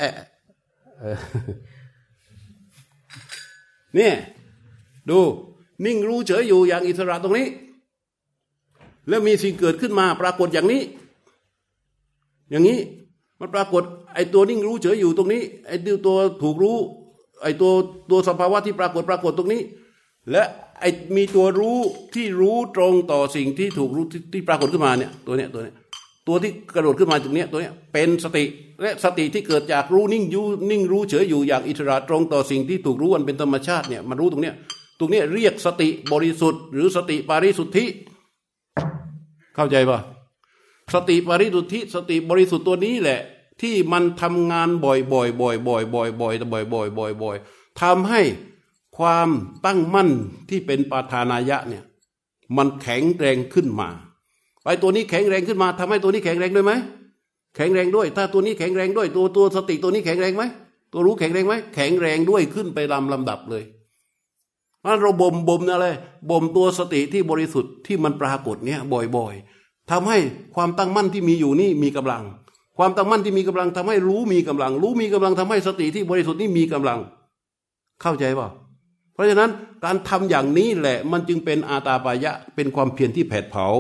เนี่ยดูนิ่งรู้เฉยอยู่อย่างอิสระตรงนี้แล้วมีสิ่งเกิดขึ้นมาปรากฏอย่างนี้อย่างนี้มันปรากฏไอ้ตัวนิ่งรู้เฉยอยู่ตรงนี้ไอ้ตัวถูกรู้ไอ้ตัวสภาวะที่ปรากฏตรงนี้และไอ้มีตัวรู้ที่รู้ตรงต่อสิ่งที่ถูกรู้ที่ปรากฏขึ้นมาเนี่ยตัวที่กระโดดขึ้นมาตรงนี้ตัวนี้เป็นสติและสติที่เกิดจากรู้นิ่งรู้เฉยอยู่อย่างอิสระตรงต่อสิ่งที่ถูกรู้อันเป็นธรรมชาติเนี่ยมันรู้ตรงนี้เรียกสติบริสุทธิ์หรือสติปาริสุทธิเข้าใจป่ะสติปาริสุทธิสติบริสุทธิ์ตัวนี้แหละที่มันทำงานบ่อยทำให้ความตั้งมั่นที่เป็นปาฐานายะเนี่ยมันแข็งแรงขึ้นมาไอ้ตัวนี้แข็งแรงขึ้นมาทำให้ตัวนี้แข็งแรงด้วยไหมแข็งแรงด้วยถ้าตัวนี้แข็งแรงด้วยตัวสติตัวนี้แข็งแรงไหมตัวรู้แข็งแรงไหมแข็งแรงด้วยขึ้นไปลำดับเลยเพราะเราบ่มอะไรบ่มตัวสติที่บริสุทธิ์ที่มันปรากฏเนี่ยบ่อยทำให้ความตั้งมั่นที่มีอยู่นี่มีกำลังความตั้งมั่นที่มีกำลังทำให้รู้มีกำลังทำให้สติที่บริสุทธิ์นี่มีกำลังเข้าใจป่ะเพราะฉะนั้นการทำอย่างนี้แหละมันจึงเป็นอาตาปายะเป็นความเพียรที่แผดเผา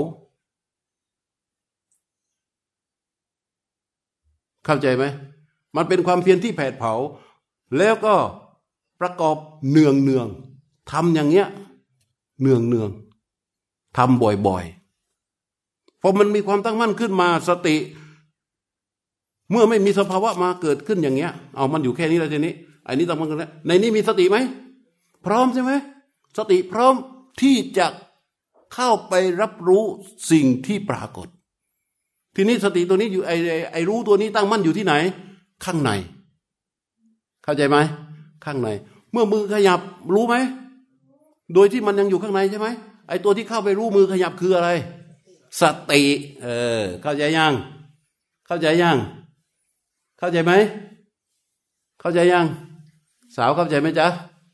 เข้าใจไหมมันเป็นความเพียรที่แผดเผาแล้วก็ประกอบเนืองทำอย่างเงี้ยเนืองทำบ่อยพอมันมีความตั้งมั่นขึ้นมาสติเมื่อไม่มีสภาวะมาเกิดขึ้นอย่างเงี้ยเอามันอยู่แค่นี้แล้วทีนี้ไอ้นี้ตั้งมั่นกันแล้วในนี้มีสติไหมพร้อมใช่ไหมสติพร้อมที่จะเข้าไปรับรู้สิ่งที่ปรากฏทีนี้สติตัวนี้อยู่ไอ้รู้ตัวนี้ตั้งมั่นอยู่ที่ไหนข้างในเข้าใจไหมข้างในเมื่อมือขยับรู้ไหมโดยที่มันยังอยู่ข้างในใช่ไหมไอ้ตัวที่เข้าไปรู้มือขยับคืออะไรสติเข้าใจยังเข้าใจไหมเข้าใจยังสาวเข้าใจไหมจ๊ะ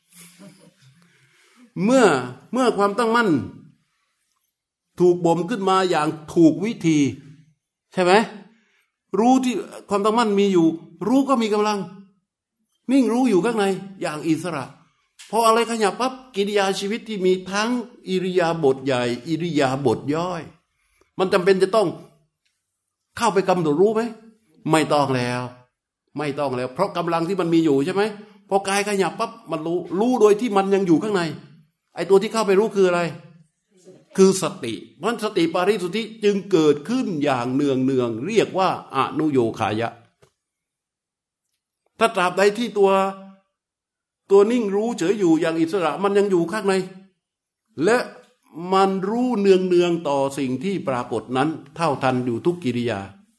เมื่อความตั้งมั่นถูกบ่มขึ้นมาอย่างถูกวิธีใช่ไหมรู้ที่ความตั้งมั่นมีอยู่รู้ก็มีกำลังนิ่งรู้อยู่ข้างในอย่างอิสระพออะไรขยับปั๊บกิริยาชีวิตที่มีทั้งอิริยาบถใหญ่อิริยาบถย่อยมันจำเป็นจะต้องเข้าไปกำหนดรู้ไหมไม่ต้องแล้วเพราะกำลังที่มันมีอยู่ใช่ไหมพอกายขยับปั๊บมันรู้โดยที่มันยังอยู่ข้างในไอ้ตัวที่เข้าไปรู้คืออะไรคือสติเพราะสติปาริสุทธิจึงเกิดขึ้นอย่างเนืองเรียกว่าอนุโยคายะถ้าตราบใดที่ตัวนิ่งรู้เฉยอยู่อย่างอิสระมันยังอยู่ข้างในและมันรู้เนืองต่อสิ่งที่ปรากฏนั้นเท่าทันอยู่ทุกกิริยา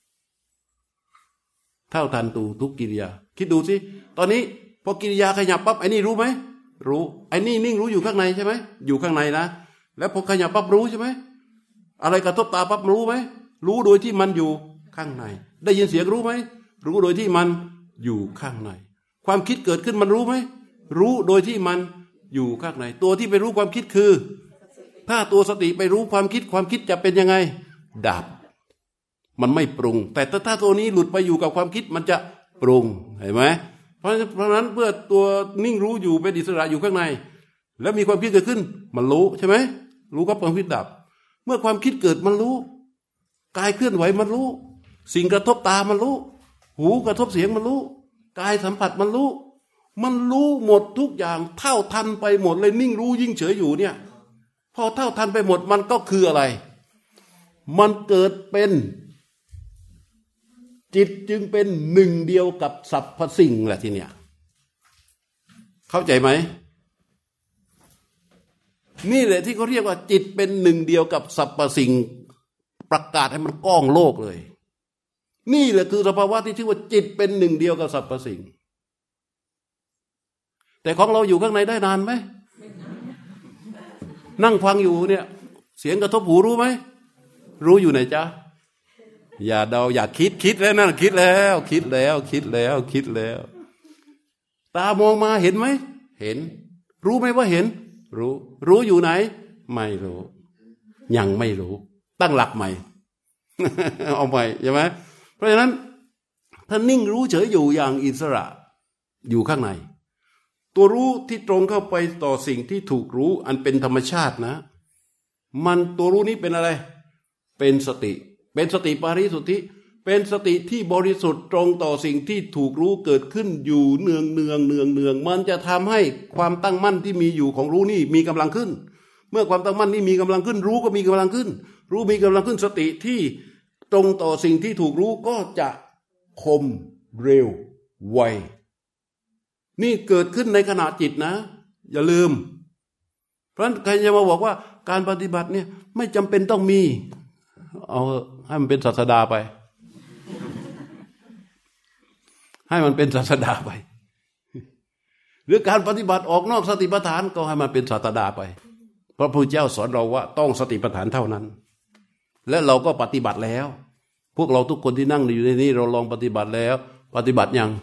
คิดดูสิตอนนี้พอกิริยาขยับปั๊บไอ้นี่รู้ไหมรู้ไอ้นี่นิ่งรู้อยู่ข้างในใช่ไหมอยู่ข้างในนะแล้วพอขยับปั๊บรู้ใช่ไหมอะไรกระทบตาปั๊บรู้ไหมรู้โดยที่มันอยู่ข้างในได้ยินเสียงรู้ไหมรู้โดยที่มันอยู่ข้างในความคิดเกิดขึ้นมันรู้ไหมรู้โดยที่มันอยู่ข้างในตัวที่ไปรู้ความคิดคือถ้าตัวสติไปรู้ความคิดจะเป็นยังไงดับมันไม่ปรุงแต่ถ้าตัวนี้หลุดไปอยู่กับความคิดมันจะปรุงเห็นไหมเพราะฉะนั้นเมื่อตัวนิ่งรู้อยู่เป็นอิสระอยู่ข้างในแล้วมีความคิดเกิดขึ้นมันรู้ใช่ไหมรู้ก็ความคิดดับเมื่อความคิดเกิดมันรู้กายเคลื่อนไหวมันรู้สิ่งกระทบตามันรู้หูกระทบเสียงมันรู้กายสัมผัสมันรู้หมดทุกอย่างเท่าทันไปหมดเลยนิ่งรู้ยิ่งเฉยอยู่เนี่ยพอเท่าทันไปหมดมันก็คืออะไรมันเกิดเป็นจิตจึงเป็นหนึ่งเดียวกับสรรพสิ่งแหละทีเนี้ยเข้าใจไหมนี่แหละที่เขาเรียกว่าจิตเป็นหนึ่งเดียวกับสรรพสิ่งประกาศให้มันก้องโลกเลยนี่แหละคือสภาวะที่ชื่อว่าจิตเป็นหนึ่งเดียวกับสรรพสิ่งแต่ของเราอยู่ข้างในได้นานไหมนั่งฟังอยู่เนี่ยเสียงกระทบหูรู้ไหมรู้อยู่ไหนจ๊ะอย่าเดาอย่าคิดแล้วนั่นคิดแล้วตามองมาเห็นไหมเห็นรู้ไหมว่าเห็นรู้อยู่ไหนไม่รู้ยังไม่รู้ตั้งหลักใหม่ เอาใหม่ใช่ไหมเพราะฉะนั้นถ้านิ่งรู้เฉยอยู่อย่างอิสระอยู่ข้างในตัวรู้ที่ตรงเข้าไปต่อสิ่งที่ถูกรู้อันเป็นธรรมชาตินะมันตัวรู้นี้เป็นอะไรเป็นสติปาริสุทธิเป็นสติที่บริสุทธิ์ตรงต่อสิ่งที่ถูกรู้เกิดขึ้นอยู่เนืองมันจะทำให้ความตั้งมั่นที่มีอยู่ของรู้นี่มีกำลังขึ้นเมื่อความตั้งมั่นนี่มีกำลังขึ้นรู้ก็มีกำลังขึ้นรู้มีกำลังขึ้นสติที่ตรงต่อสิ่งที่ถูกรู้ก็จะคมเร็วไวนี่เกิดขึ้นในขณะจิตนะอย่าลืมเพราะฉะนั้นใครจะมาบอกว่าการปฏิบัติเนี่ยไม่จำเป็นต้องมีเอาให้มันเป็นศาสดาไปให้มันเป็นศาสดาไปหรือการปฏิบัติออกนอกสติปัฏฐานก็ให้มันเป็นศาสดาไปเพราะพระพุทธเจ้าสอนเราว่าต้องสติปัฏฐานเท่านั้นและเราก็ปฏิบัติแล้วพวกเราทุกคนที่นั่งอยู่ในนี้เราลองปฏิบัติแล้วปฏิบัติยัง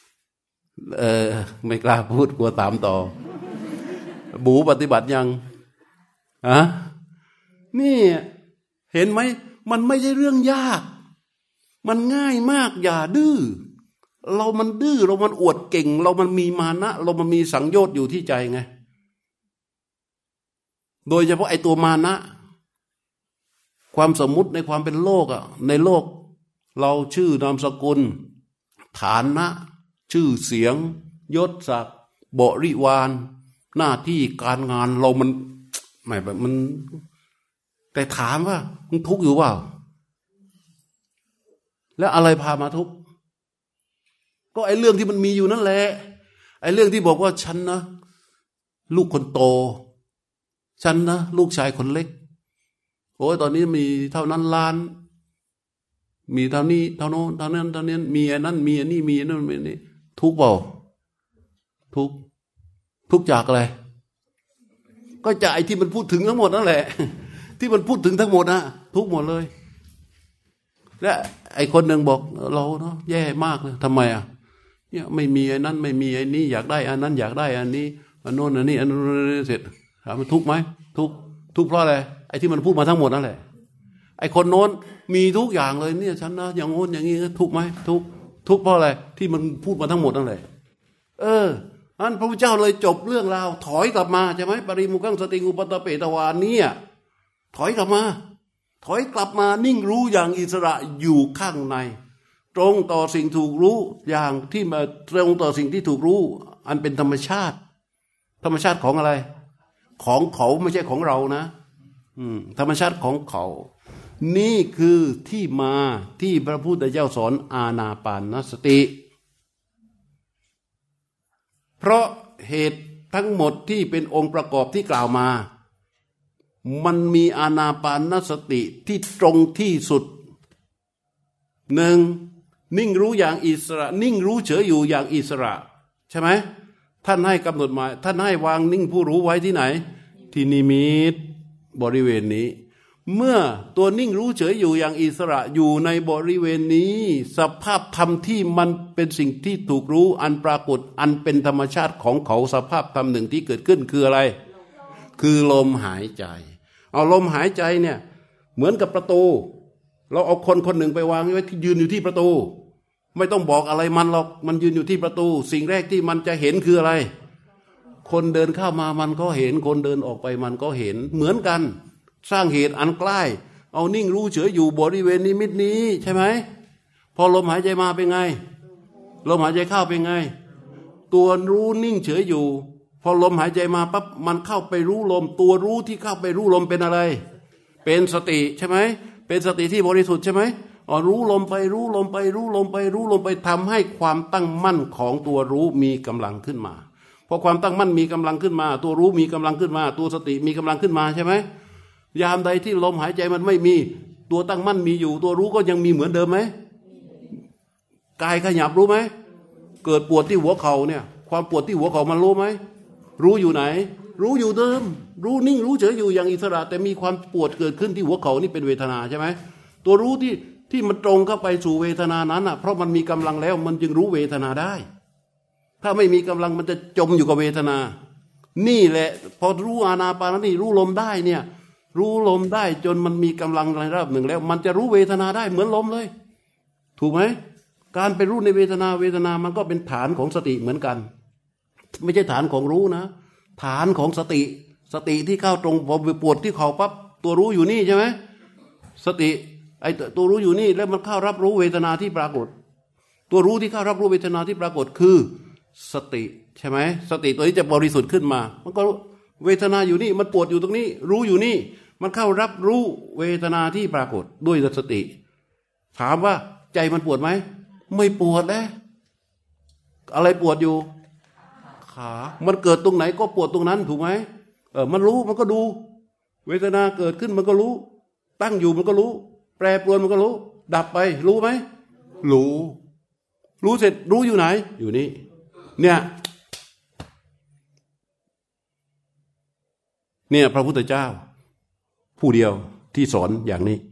ไม่กล้าพูดกลัวตามต่อบูปฏิบัติยังนี่เห็นไหมมันไม่ใช่เรื่องยากมันง่ายมากอย่าดื้อเรามันดื้อเรามันอวดเก่งเรามันมีมานะเรามันมีสังโยชน์อยู่ที่ใจไงโดยเฉพาะไอ้ตัวมานะความสมมุติในความเป็นโลกอ่ะในโลกเราชื่อนามสกุลฐานะชื่อเสียงยศศักดิ์บริวารหน้าที่การงานเรามันไม่แบบมันแต่ถามว่ามึงทุกข์อยู่เปล่าแล้วอะไรพามาทุกข์ก็ไอ้เรื่องที่มันมีอยู่นั่นแหละไอ้เรื่องที่บอกว่าฉันนะลูกคนโตฉันนะลูกชายคนเล็กโอ้ยตอนนี้มีเท่านั้นล้านมีเท่านี้เท่าโน้นเท่านั้นเท่านี้มีอันนั้นมีอันนี้มีอันนั้นมีอันนี้ทุกข์เปล่าทุกข์จากอะไรก็จากไอ้ที่มันพูดถึงทั้งหมดนั่นแหละที่มันพูดถึงทั้งหมดนะทุกหมดเลยและไอ้คนหนึ่งบอกเราเนาะแย่มากเลยทำไมอ่ะเนี่ยไม่มีไอ้นั้นไม่มีไอ้นี้อยากได้อันนั้นอยากได้อันนี้อันโน้นอันนี้อันนู้นเสร็จถามมันทุกข์ไหมทุกข์เพราะอะไรไอ้ที่มันพูดมาทั้งหมดนั่นแหละไอ้คนโน้นมีทุกอย่างเลยเนี่ยฉันนะอย่างโน้นอย่างนี้ทุกข์ไหมทุกข์เพราะอะไรที่มันพูดมาทั้งหมดนั่นแหละอันพระพุทธเจ้าเลยจบเรื่องราวถอยกลับมาใช่ไหมปริมุขังสติอุปตเปตวาเนี่ยถอยกลับมานิ่งรู้อย่างอิสระอยู่ข้างในตรงต่อสิ่งถูกรู้อย่างที่มาตรงต่อสิ่งที่ถูกรู้อันเป็นธรรมชาติของอะไรของเขาไม่ใช่ของเรานะธรรมชาติของเขานี่คือที่มาที่พระพุทธเจ้าสอนอานาปานสติเพราะเหตุทั้งหมดที่เป็นองค์ประกอบที่กล่าวมามันมีอานาปานสติที่ตรงที่สุดหนึ่งนิ่งรู้อย่างอิสระนิ่งรู้เฉยอยู่อย่างอิสระใช่ไหมท่านให้กำหนดหมายท่านให้วางนิ่งผู้รู้ไว้ที่ไหนที่นิมิตบริเวณนี้เมื่อตัวนิ่งรู้เฉยอยู่อย่างอิสระอยู่ในบริเวณนี้สภาพธรรมที่มันเป็นสิ่งที่ถูกรู้อันปรากฏอันเป็นธรรมชาติของเขาสภาพธรรมหนึ่งที่เกิดขึ้นคืออะไรคือลมหายใจเอาลมหายใจเนี่ยเหมือนกับประตูเราเอาคนหนึ่งไปวางไว้ที่ยืนอยู่ที่ประตูไม่ต้องบอกอะไรมันหรอกมันยืนอยู่ที่ประตูสิ่งแรกที่มันจะเห็นคืออะไรคนเดินเข้ามามันก็เห็นคนเดินออกไปมันก็เห็นเหมือนกันสร้างเหตุอันใกล้เอานิ่งรู้เฉยอยู่บริเวณนิมิตนี้ใช่ไหมพอลมหายใจมาเป็นไงลมหายใจเข้าเป็นไงตัวรู้นิ่งเฉยอยู่พอลมหายใจมาปั๊บมันเข้าไปรู้ลมตัวรู้ที่เข้าไปรู้ลมเป็นอะไรเป็นสติใช่ไหมเป็นสติที่บริสุทธิ์ใช่ไหมรู้ลมไปรู้ลมไปรู้ลมไปรู้ลมไปทำให้ความตั้งมั่นของตัวรู้มีกำลังขึ้นมาพอความตั้งมั่นมีกำลังขึ้นมาตัวรู้มีกำลังขึ้นมาตัวสติมีกำลังขึ้นมาใช่ไหมยามใดที่ลมหายใจมันไม่มีตัวตั้งมั่นมีอยู่ตัวรู้ก็ยังมีเหมือนเดิมไหมกายขยับรู้ไหมเกิดปวดที่หัวเข่าเนี่ยความปวดที่หัวเข่ามันรู้ไหมรู้อยู่ไหนรู้อยู่เดิมรู้นิ่งรู้เฉยอยู่อย่างอิสระแต่มีความปวดเกิดขึ้นที่หัวเข่านี่เป็นเวทนาใช่ไหมตัวรู้ที่มันตรงเข้าไปสู่เวทนานั้นอ่ะเพราะมันมีกำลังแล้วมันจึงรู้เวทนาได้ถ้าไม่มีกำลังมันจะจมอยู่กับเวทนานี่แหละพอรู้อานาปานสติรู้ลมได้เนี่ยรู้ลมได้จนมันมีกำลังในระดับหนึ่งแล้วมันจะรู้เวทนาได้เหมือนลมเลยถูกไหมการไปรู้ในเวทนาเวทนามันก็เป็นฐานของสติเหมือนกันไม่ใช่ฐานของรู้นะฐานของสติสติที่เข้าตรงพอปวดที่เข่าปั๊บตัวรู้อยู่นี่ใช่ไหมสติไอ้ตัวรู้อยู่นี่แล้วมันเข้ารับรู้เวทนาที่ปรากฏตัวรู้ที่เข้ารับรู้เวทนาที่ปรากฏคือสติใช่ไหมสติตัวนี้จะบริสุทธิ์ขึ้นมามันก็เวทนาอยู่นี่มันปวดอยู่ตรงนี้รู้อยู่นี่มันเข้ารับรู้เวทนาที่ปรากฏด้วยสติถามว่าใจมันปวดไหมไม่ปวดแล้วอะไรปวดอยู่ขามันเกิดตรงไหนก็ปวดตรงนั้นถูกไหมมันรู้มันก็ดูเวทนาเกิดขึ้นมันก็รู้ตั้งอยู่มันก็รู้แปรปรวนมันก็รู้ดับไปรู้ไหมรู้เสร็จรู้อยู่ไหนอยู่นี่เนี่ยพระพุทธเจ้าผู้เดียวที่สอนอย่างนี้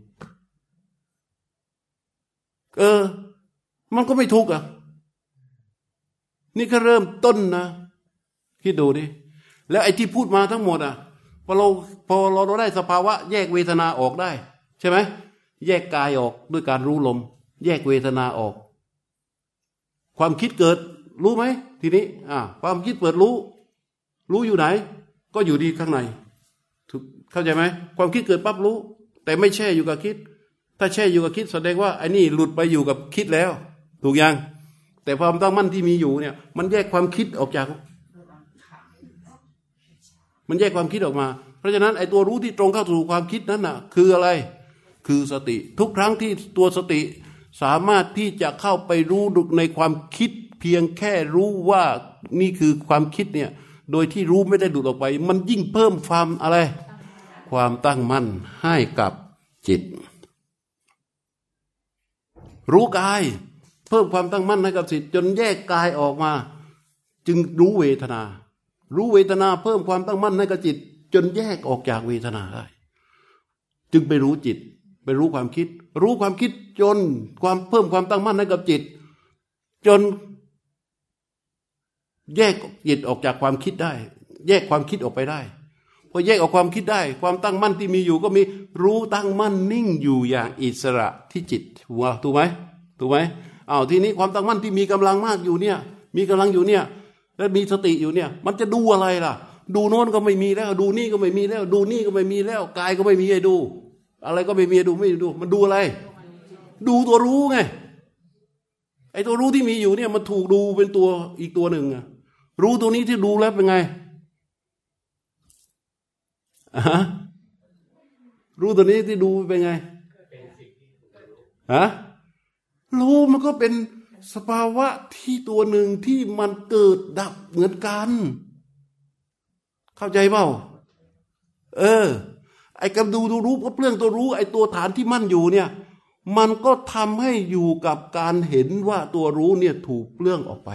มันก็ไม่ทุกข์อ่ะนี่ก็เริ่มต้นนะคิดดูดิแล้วไอ้ที่พูดมาทั้งหมดอ่ะพอเราได้สภาวะแยกเวทนาออกได้ใช่ไหมแยกกายออกด้วยการรู้ลมแยกเวทนาออกความคิดเกิดรู้ไหมทีนี้ความคิดเปิดรู้อยู่ไหนก็อยู่ดีข้างในเข้าใจไหมความคิดเกิดปั๊บรู้แต่ไม่แช่อยู่กับคิดถ้าแช่อยู่กับคิดแสดงว่าไอ้นี่หลุดไปอยู่กับคิดแล้วถูกยังแต่ความตั้งมั่นที่มีอยู่เนี่ยมันแยกความคิดออกจากมันแยกความคิดออกมาเพราะฉะนั้นไอ้ตัวรู้ที่ตรงเข้าสู่ความคิดนั้นน่ะคืออะไรคือสติทุกครั้งที่ตัวสติสามารถที่จะเข้าไปรู้ในความคิดเพียงแค่รู้ว่านี่คือความคิดเนี่ยโดยที่รู้ไม่ได้ดูดออกไปมันยิ่งเพิ่มความอะไรความตั้งมั่นให้กับจิตรู้กายเพิ่มความตั้งมั่นให้กับจิตจนแยกกายออกมาจึงรู้เวทนารู้เวทนาเพิ่มความตั้งมั่นให้กับจิตจนแยกออกจากเวทนาได้จึงไปรู้จิตไปรู้ความคิดรู้ความคิดจนความเพิ่มความตั้งมั่นให้กับจิตจนแยกจิตออกจากความคิดได้แยกความคิดออกไปได้พอแยกออกความคิดได้ความตั้งมั่นที่มีอยู่ก็มีรู้ตั้งมั่นนิ่งอยู่อย่างอิสระที่จิตถูกไหมทีนี้ความตั้งมั่นที่มีกำลังมากอยู่เนี่ยมีกำลังอยู่เนี่ยแล้วมีสติอยู่เนี่ยมันจะดูอะไรล่ะดูโน้นก็ไม่มีแล้วดูนี่ก็ไม่มีแล้วดูนี่ก็ไม่มีแล้วกายก็ไม่มีให้ดูอะไรก็ไม่มีให้ดูไม่ดูมันดูอะไรดูตัวรู้ไงไอ้ตัวรู้ที่มีอยู่เนี่ยมันถูกดูเป็นตัวอีกตัวหนึ่งอะรู้ตัวนี้ที่ดูแล้วเป็นไงรู้ตัวนี้ที่ดูเป็นไงรู้มันก็เป็นสภาวะที่ตัวหนึ่งที่มันเกิดดับเหมือนกันเข้าใจเปล่าไอ้กับดูรู้ก็เปลื้องตัวรู้ไอ้ตัวฐานที่มั่นอยู่เนี่ยมันก็ทำให้อยู่กับการเห็นว่าตัวรู้เนี่ยถูกเปลื้องออกไป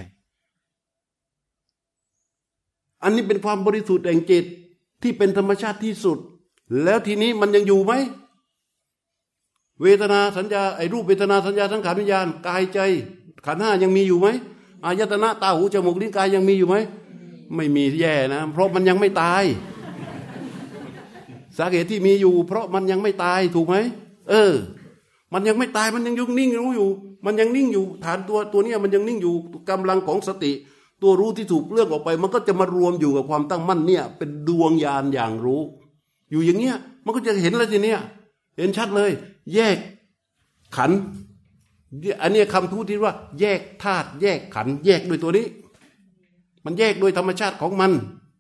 อันนี้เป็นความบริสุทธิ์แห่งจิตที่เป็นธรรมชาติที่สุดแล้วทีนี้มันยังอยู่ไหมเวทนาสัญญาไอ้รูปเวทนาสัญญาสังขารวิญญาณกายใจขันธ์ห้ายังมีอยู่ไหมอายตนะตาหูจมูกลิ้นกายยังมีอยู่ไหมไม่มีแย่นะเพราะมันยังไม่ตายสาเหตุที่มีอยู่เพราะมันยังไม่ตายถูกไหมมันยังไม่ตายมันยังนิ่งรู้อยู่มันยังนิ่งอยู่ฐานตัวเนี้ยมันยังนิ่งอยู่กำลังของสติตัวรู้ที่ถูกเลือกออกไปมันก็จะมารวมอยู่กับความตั้งมั่นเนี่ยเป็นดวงญาณอย่างรู้อยู่อย่างเงี้ยมันก็จะเห็นแล้วทีเนี้ยเห็นชัดเลยแยกขันธ์อันนี้คำพูดที่ว่าแยกธาตุแยกขันธ์แยกด้วยตัวนี้มันแยกโดยธรรมชาติของมัน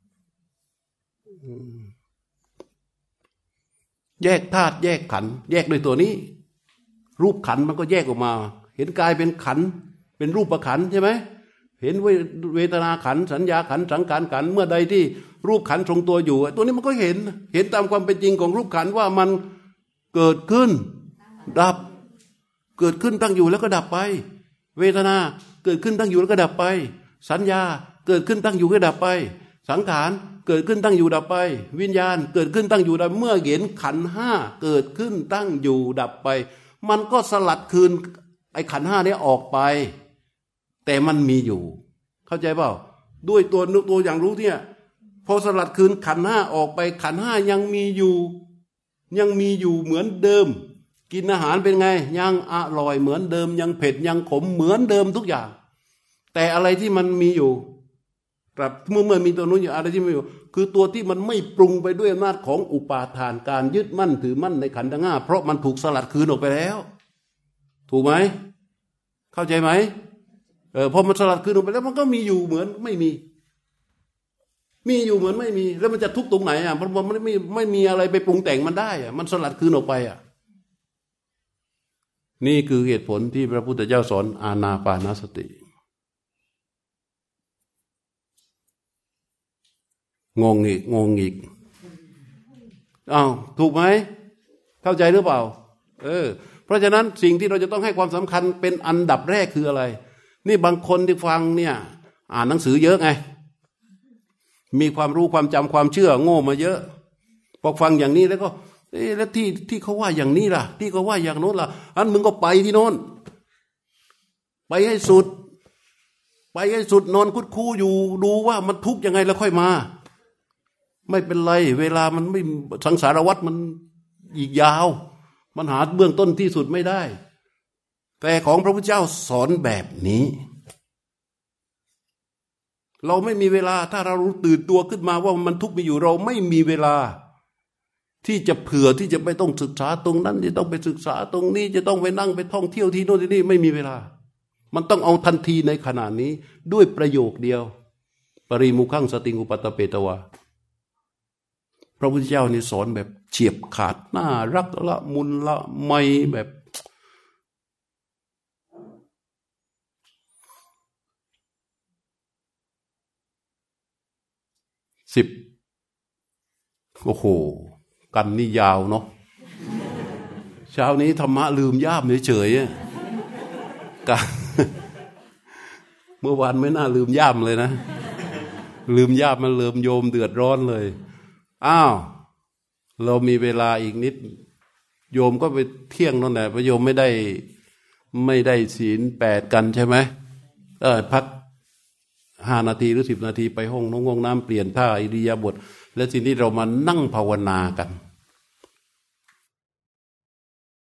แยกธาตุแยกขันธ์แยกด้วยตัวนี้รูปขันธ์มันก็แยกออกมาเห็นกายเป็นขันธ์เป็นรูปขันธ์ใช่ไหมเห็นเวทนาขันธ์สัญญาขันธ์สังขารขันธ์เมื่อใดที่รูปขันธ์ทรงตัวอยู่ตัวนี้มันก็เห็นตามความเป็นจริงของรูปขันธ์ว่ามันเกิดขึ้นดับเกิดขึ้นตั้งอยู่แล้วก็ดับไปเวทนาเกิดขึ้นตั้งอยู่แล้วก็ดับไปสัญญาเกิดขึ้นตั้งอยู่ก็ดับไปสังขารเกิดขึ้นตั้งอยู่ดับไปวิญญาณเกิดขึ้นตั้งอยู่ดับเมื่อเห็นขันธ์ห้าเกิดขึ้นตั้งอยู่ดับไปมันก็สลัดคืนไอ้ขันธ์ห้านี้ออกไปแต่มันมีอยู่เข้าใจเปล่าด้วยตัวอย่างรู้เนี่ยพอสลัดคืนขันธ์ห้าออกไปขันธ์ห้ายังมีอยู่เหมือนเดิมกินอาหารเป็นไงยังอร่อยเหมือนเดิมยังเผ็ดยังขมเหมือนเดิมทุกอย่างแต่อะไรที่มันมีอยู่ครับเมื่อมีตัวนู้นอยู่อะไรที่มีอยู่คือตัวที่มันไม่ปรุงไปด้วยอำนาจของอุปาทานการยึดมั่นถือมั่นในขันธ์ทั้งห้าเพราะมันถูกสลัดคืนออกไปแล้วถูกไหมเข้าใจไหมพอมันสลัดคืนออกไปแล้วมันก็มีอยู่เหมือนไม่มีอยู่เหมือนไม่มีแล้วมันจะทุกข์ตรงไหนอ่ะเพราะมันไม่มีอะไรไปปรุงแต่งมันได้อ่ะมันสลัดคืนออกไปอ่ะนี่คือเหตุผลที่พระพุทธเจ้าสอนอานาปานสติงงอีกอ้าวถูกไหมเข้าใจหรือเปล่าเพราะฉะนั้นสิ่งที่เราจะต้องให้ความสำคัญเป็นอันดับแรกคืออะไรนี่บางคนที่ฟังเนี่ยอ่านหนังสือเยอะไงมีความรู้ความจำความเชื่อโง่มาเยอะพอฟังอย่างนี้แล้วก็แล้วที่เขาว่าอย่างนี้ล่ะที่เขาว่าอย่างโน้นล่ะอันมึงก็ไปที่โน้นไปให้สุดนอนคุดคู่อยู่ดูว่ามันทุกข์ยังไงแล้วค่อยมาไม่เป็นไรเวลามันไม่สังสารวัฏมันอีกยาวมันหาเบื้องต้นที่สุดไม่ได้แต่ของพระพุทธเจ้าสอนแบบนี้เราไม่มีเวลาถ้าเราตื่นตัวขึ้นมาว่ามันทุกข์มีอยู่เราไม่มีเวลาที่จะเผื่อที่จะไปต้องศึกษาตรงนั้นจะต้องไปศึกษาตรงนี้จะต้องไปนั่งไปท่องเที่ยวที่โน่นที่นี่ไม่มีเวลามันต้องเอาทันทีในขณะนี้ด้วยประโยคเดียวปริมุขังสติงอุปัตตเปตวาพระพุทธเจ้านี่สอนแบบเฉียบขาดน่ารักละมุนละไมแบบ10โอ้โหกันนี่ยาวเนาะเช้านี้ธรรมะลืมย่ามเฉยๆกันเมื่อวานไม่น่าลืมย่ามเลยนะลืมย่ามมันเริ่มโยมเดือดร้อนเลยอ้าวเรามีเวลาอีกนิดโยมก็ไปเที่ยงนั่นแหละเพราะโยมไม่ได้ศีล8กันใช่ไหมพัก5 นาทีหรือ10 นาทีไปห้องน้ำเปลี่ยนท่าอิริยาบถและทีนี้เรามานั่งภาวนากัน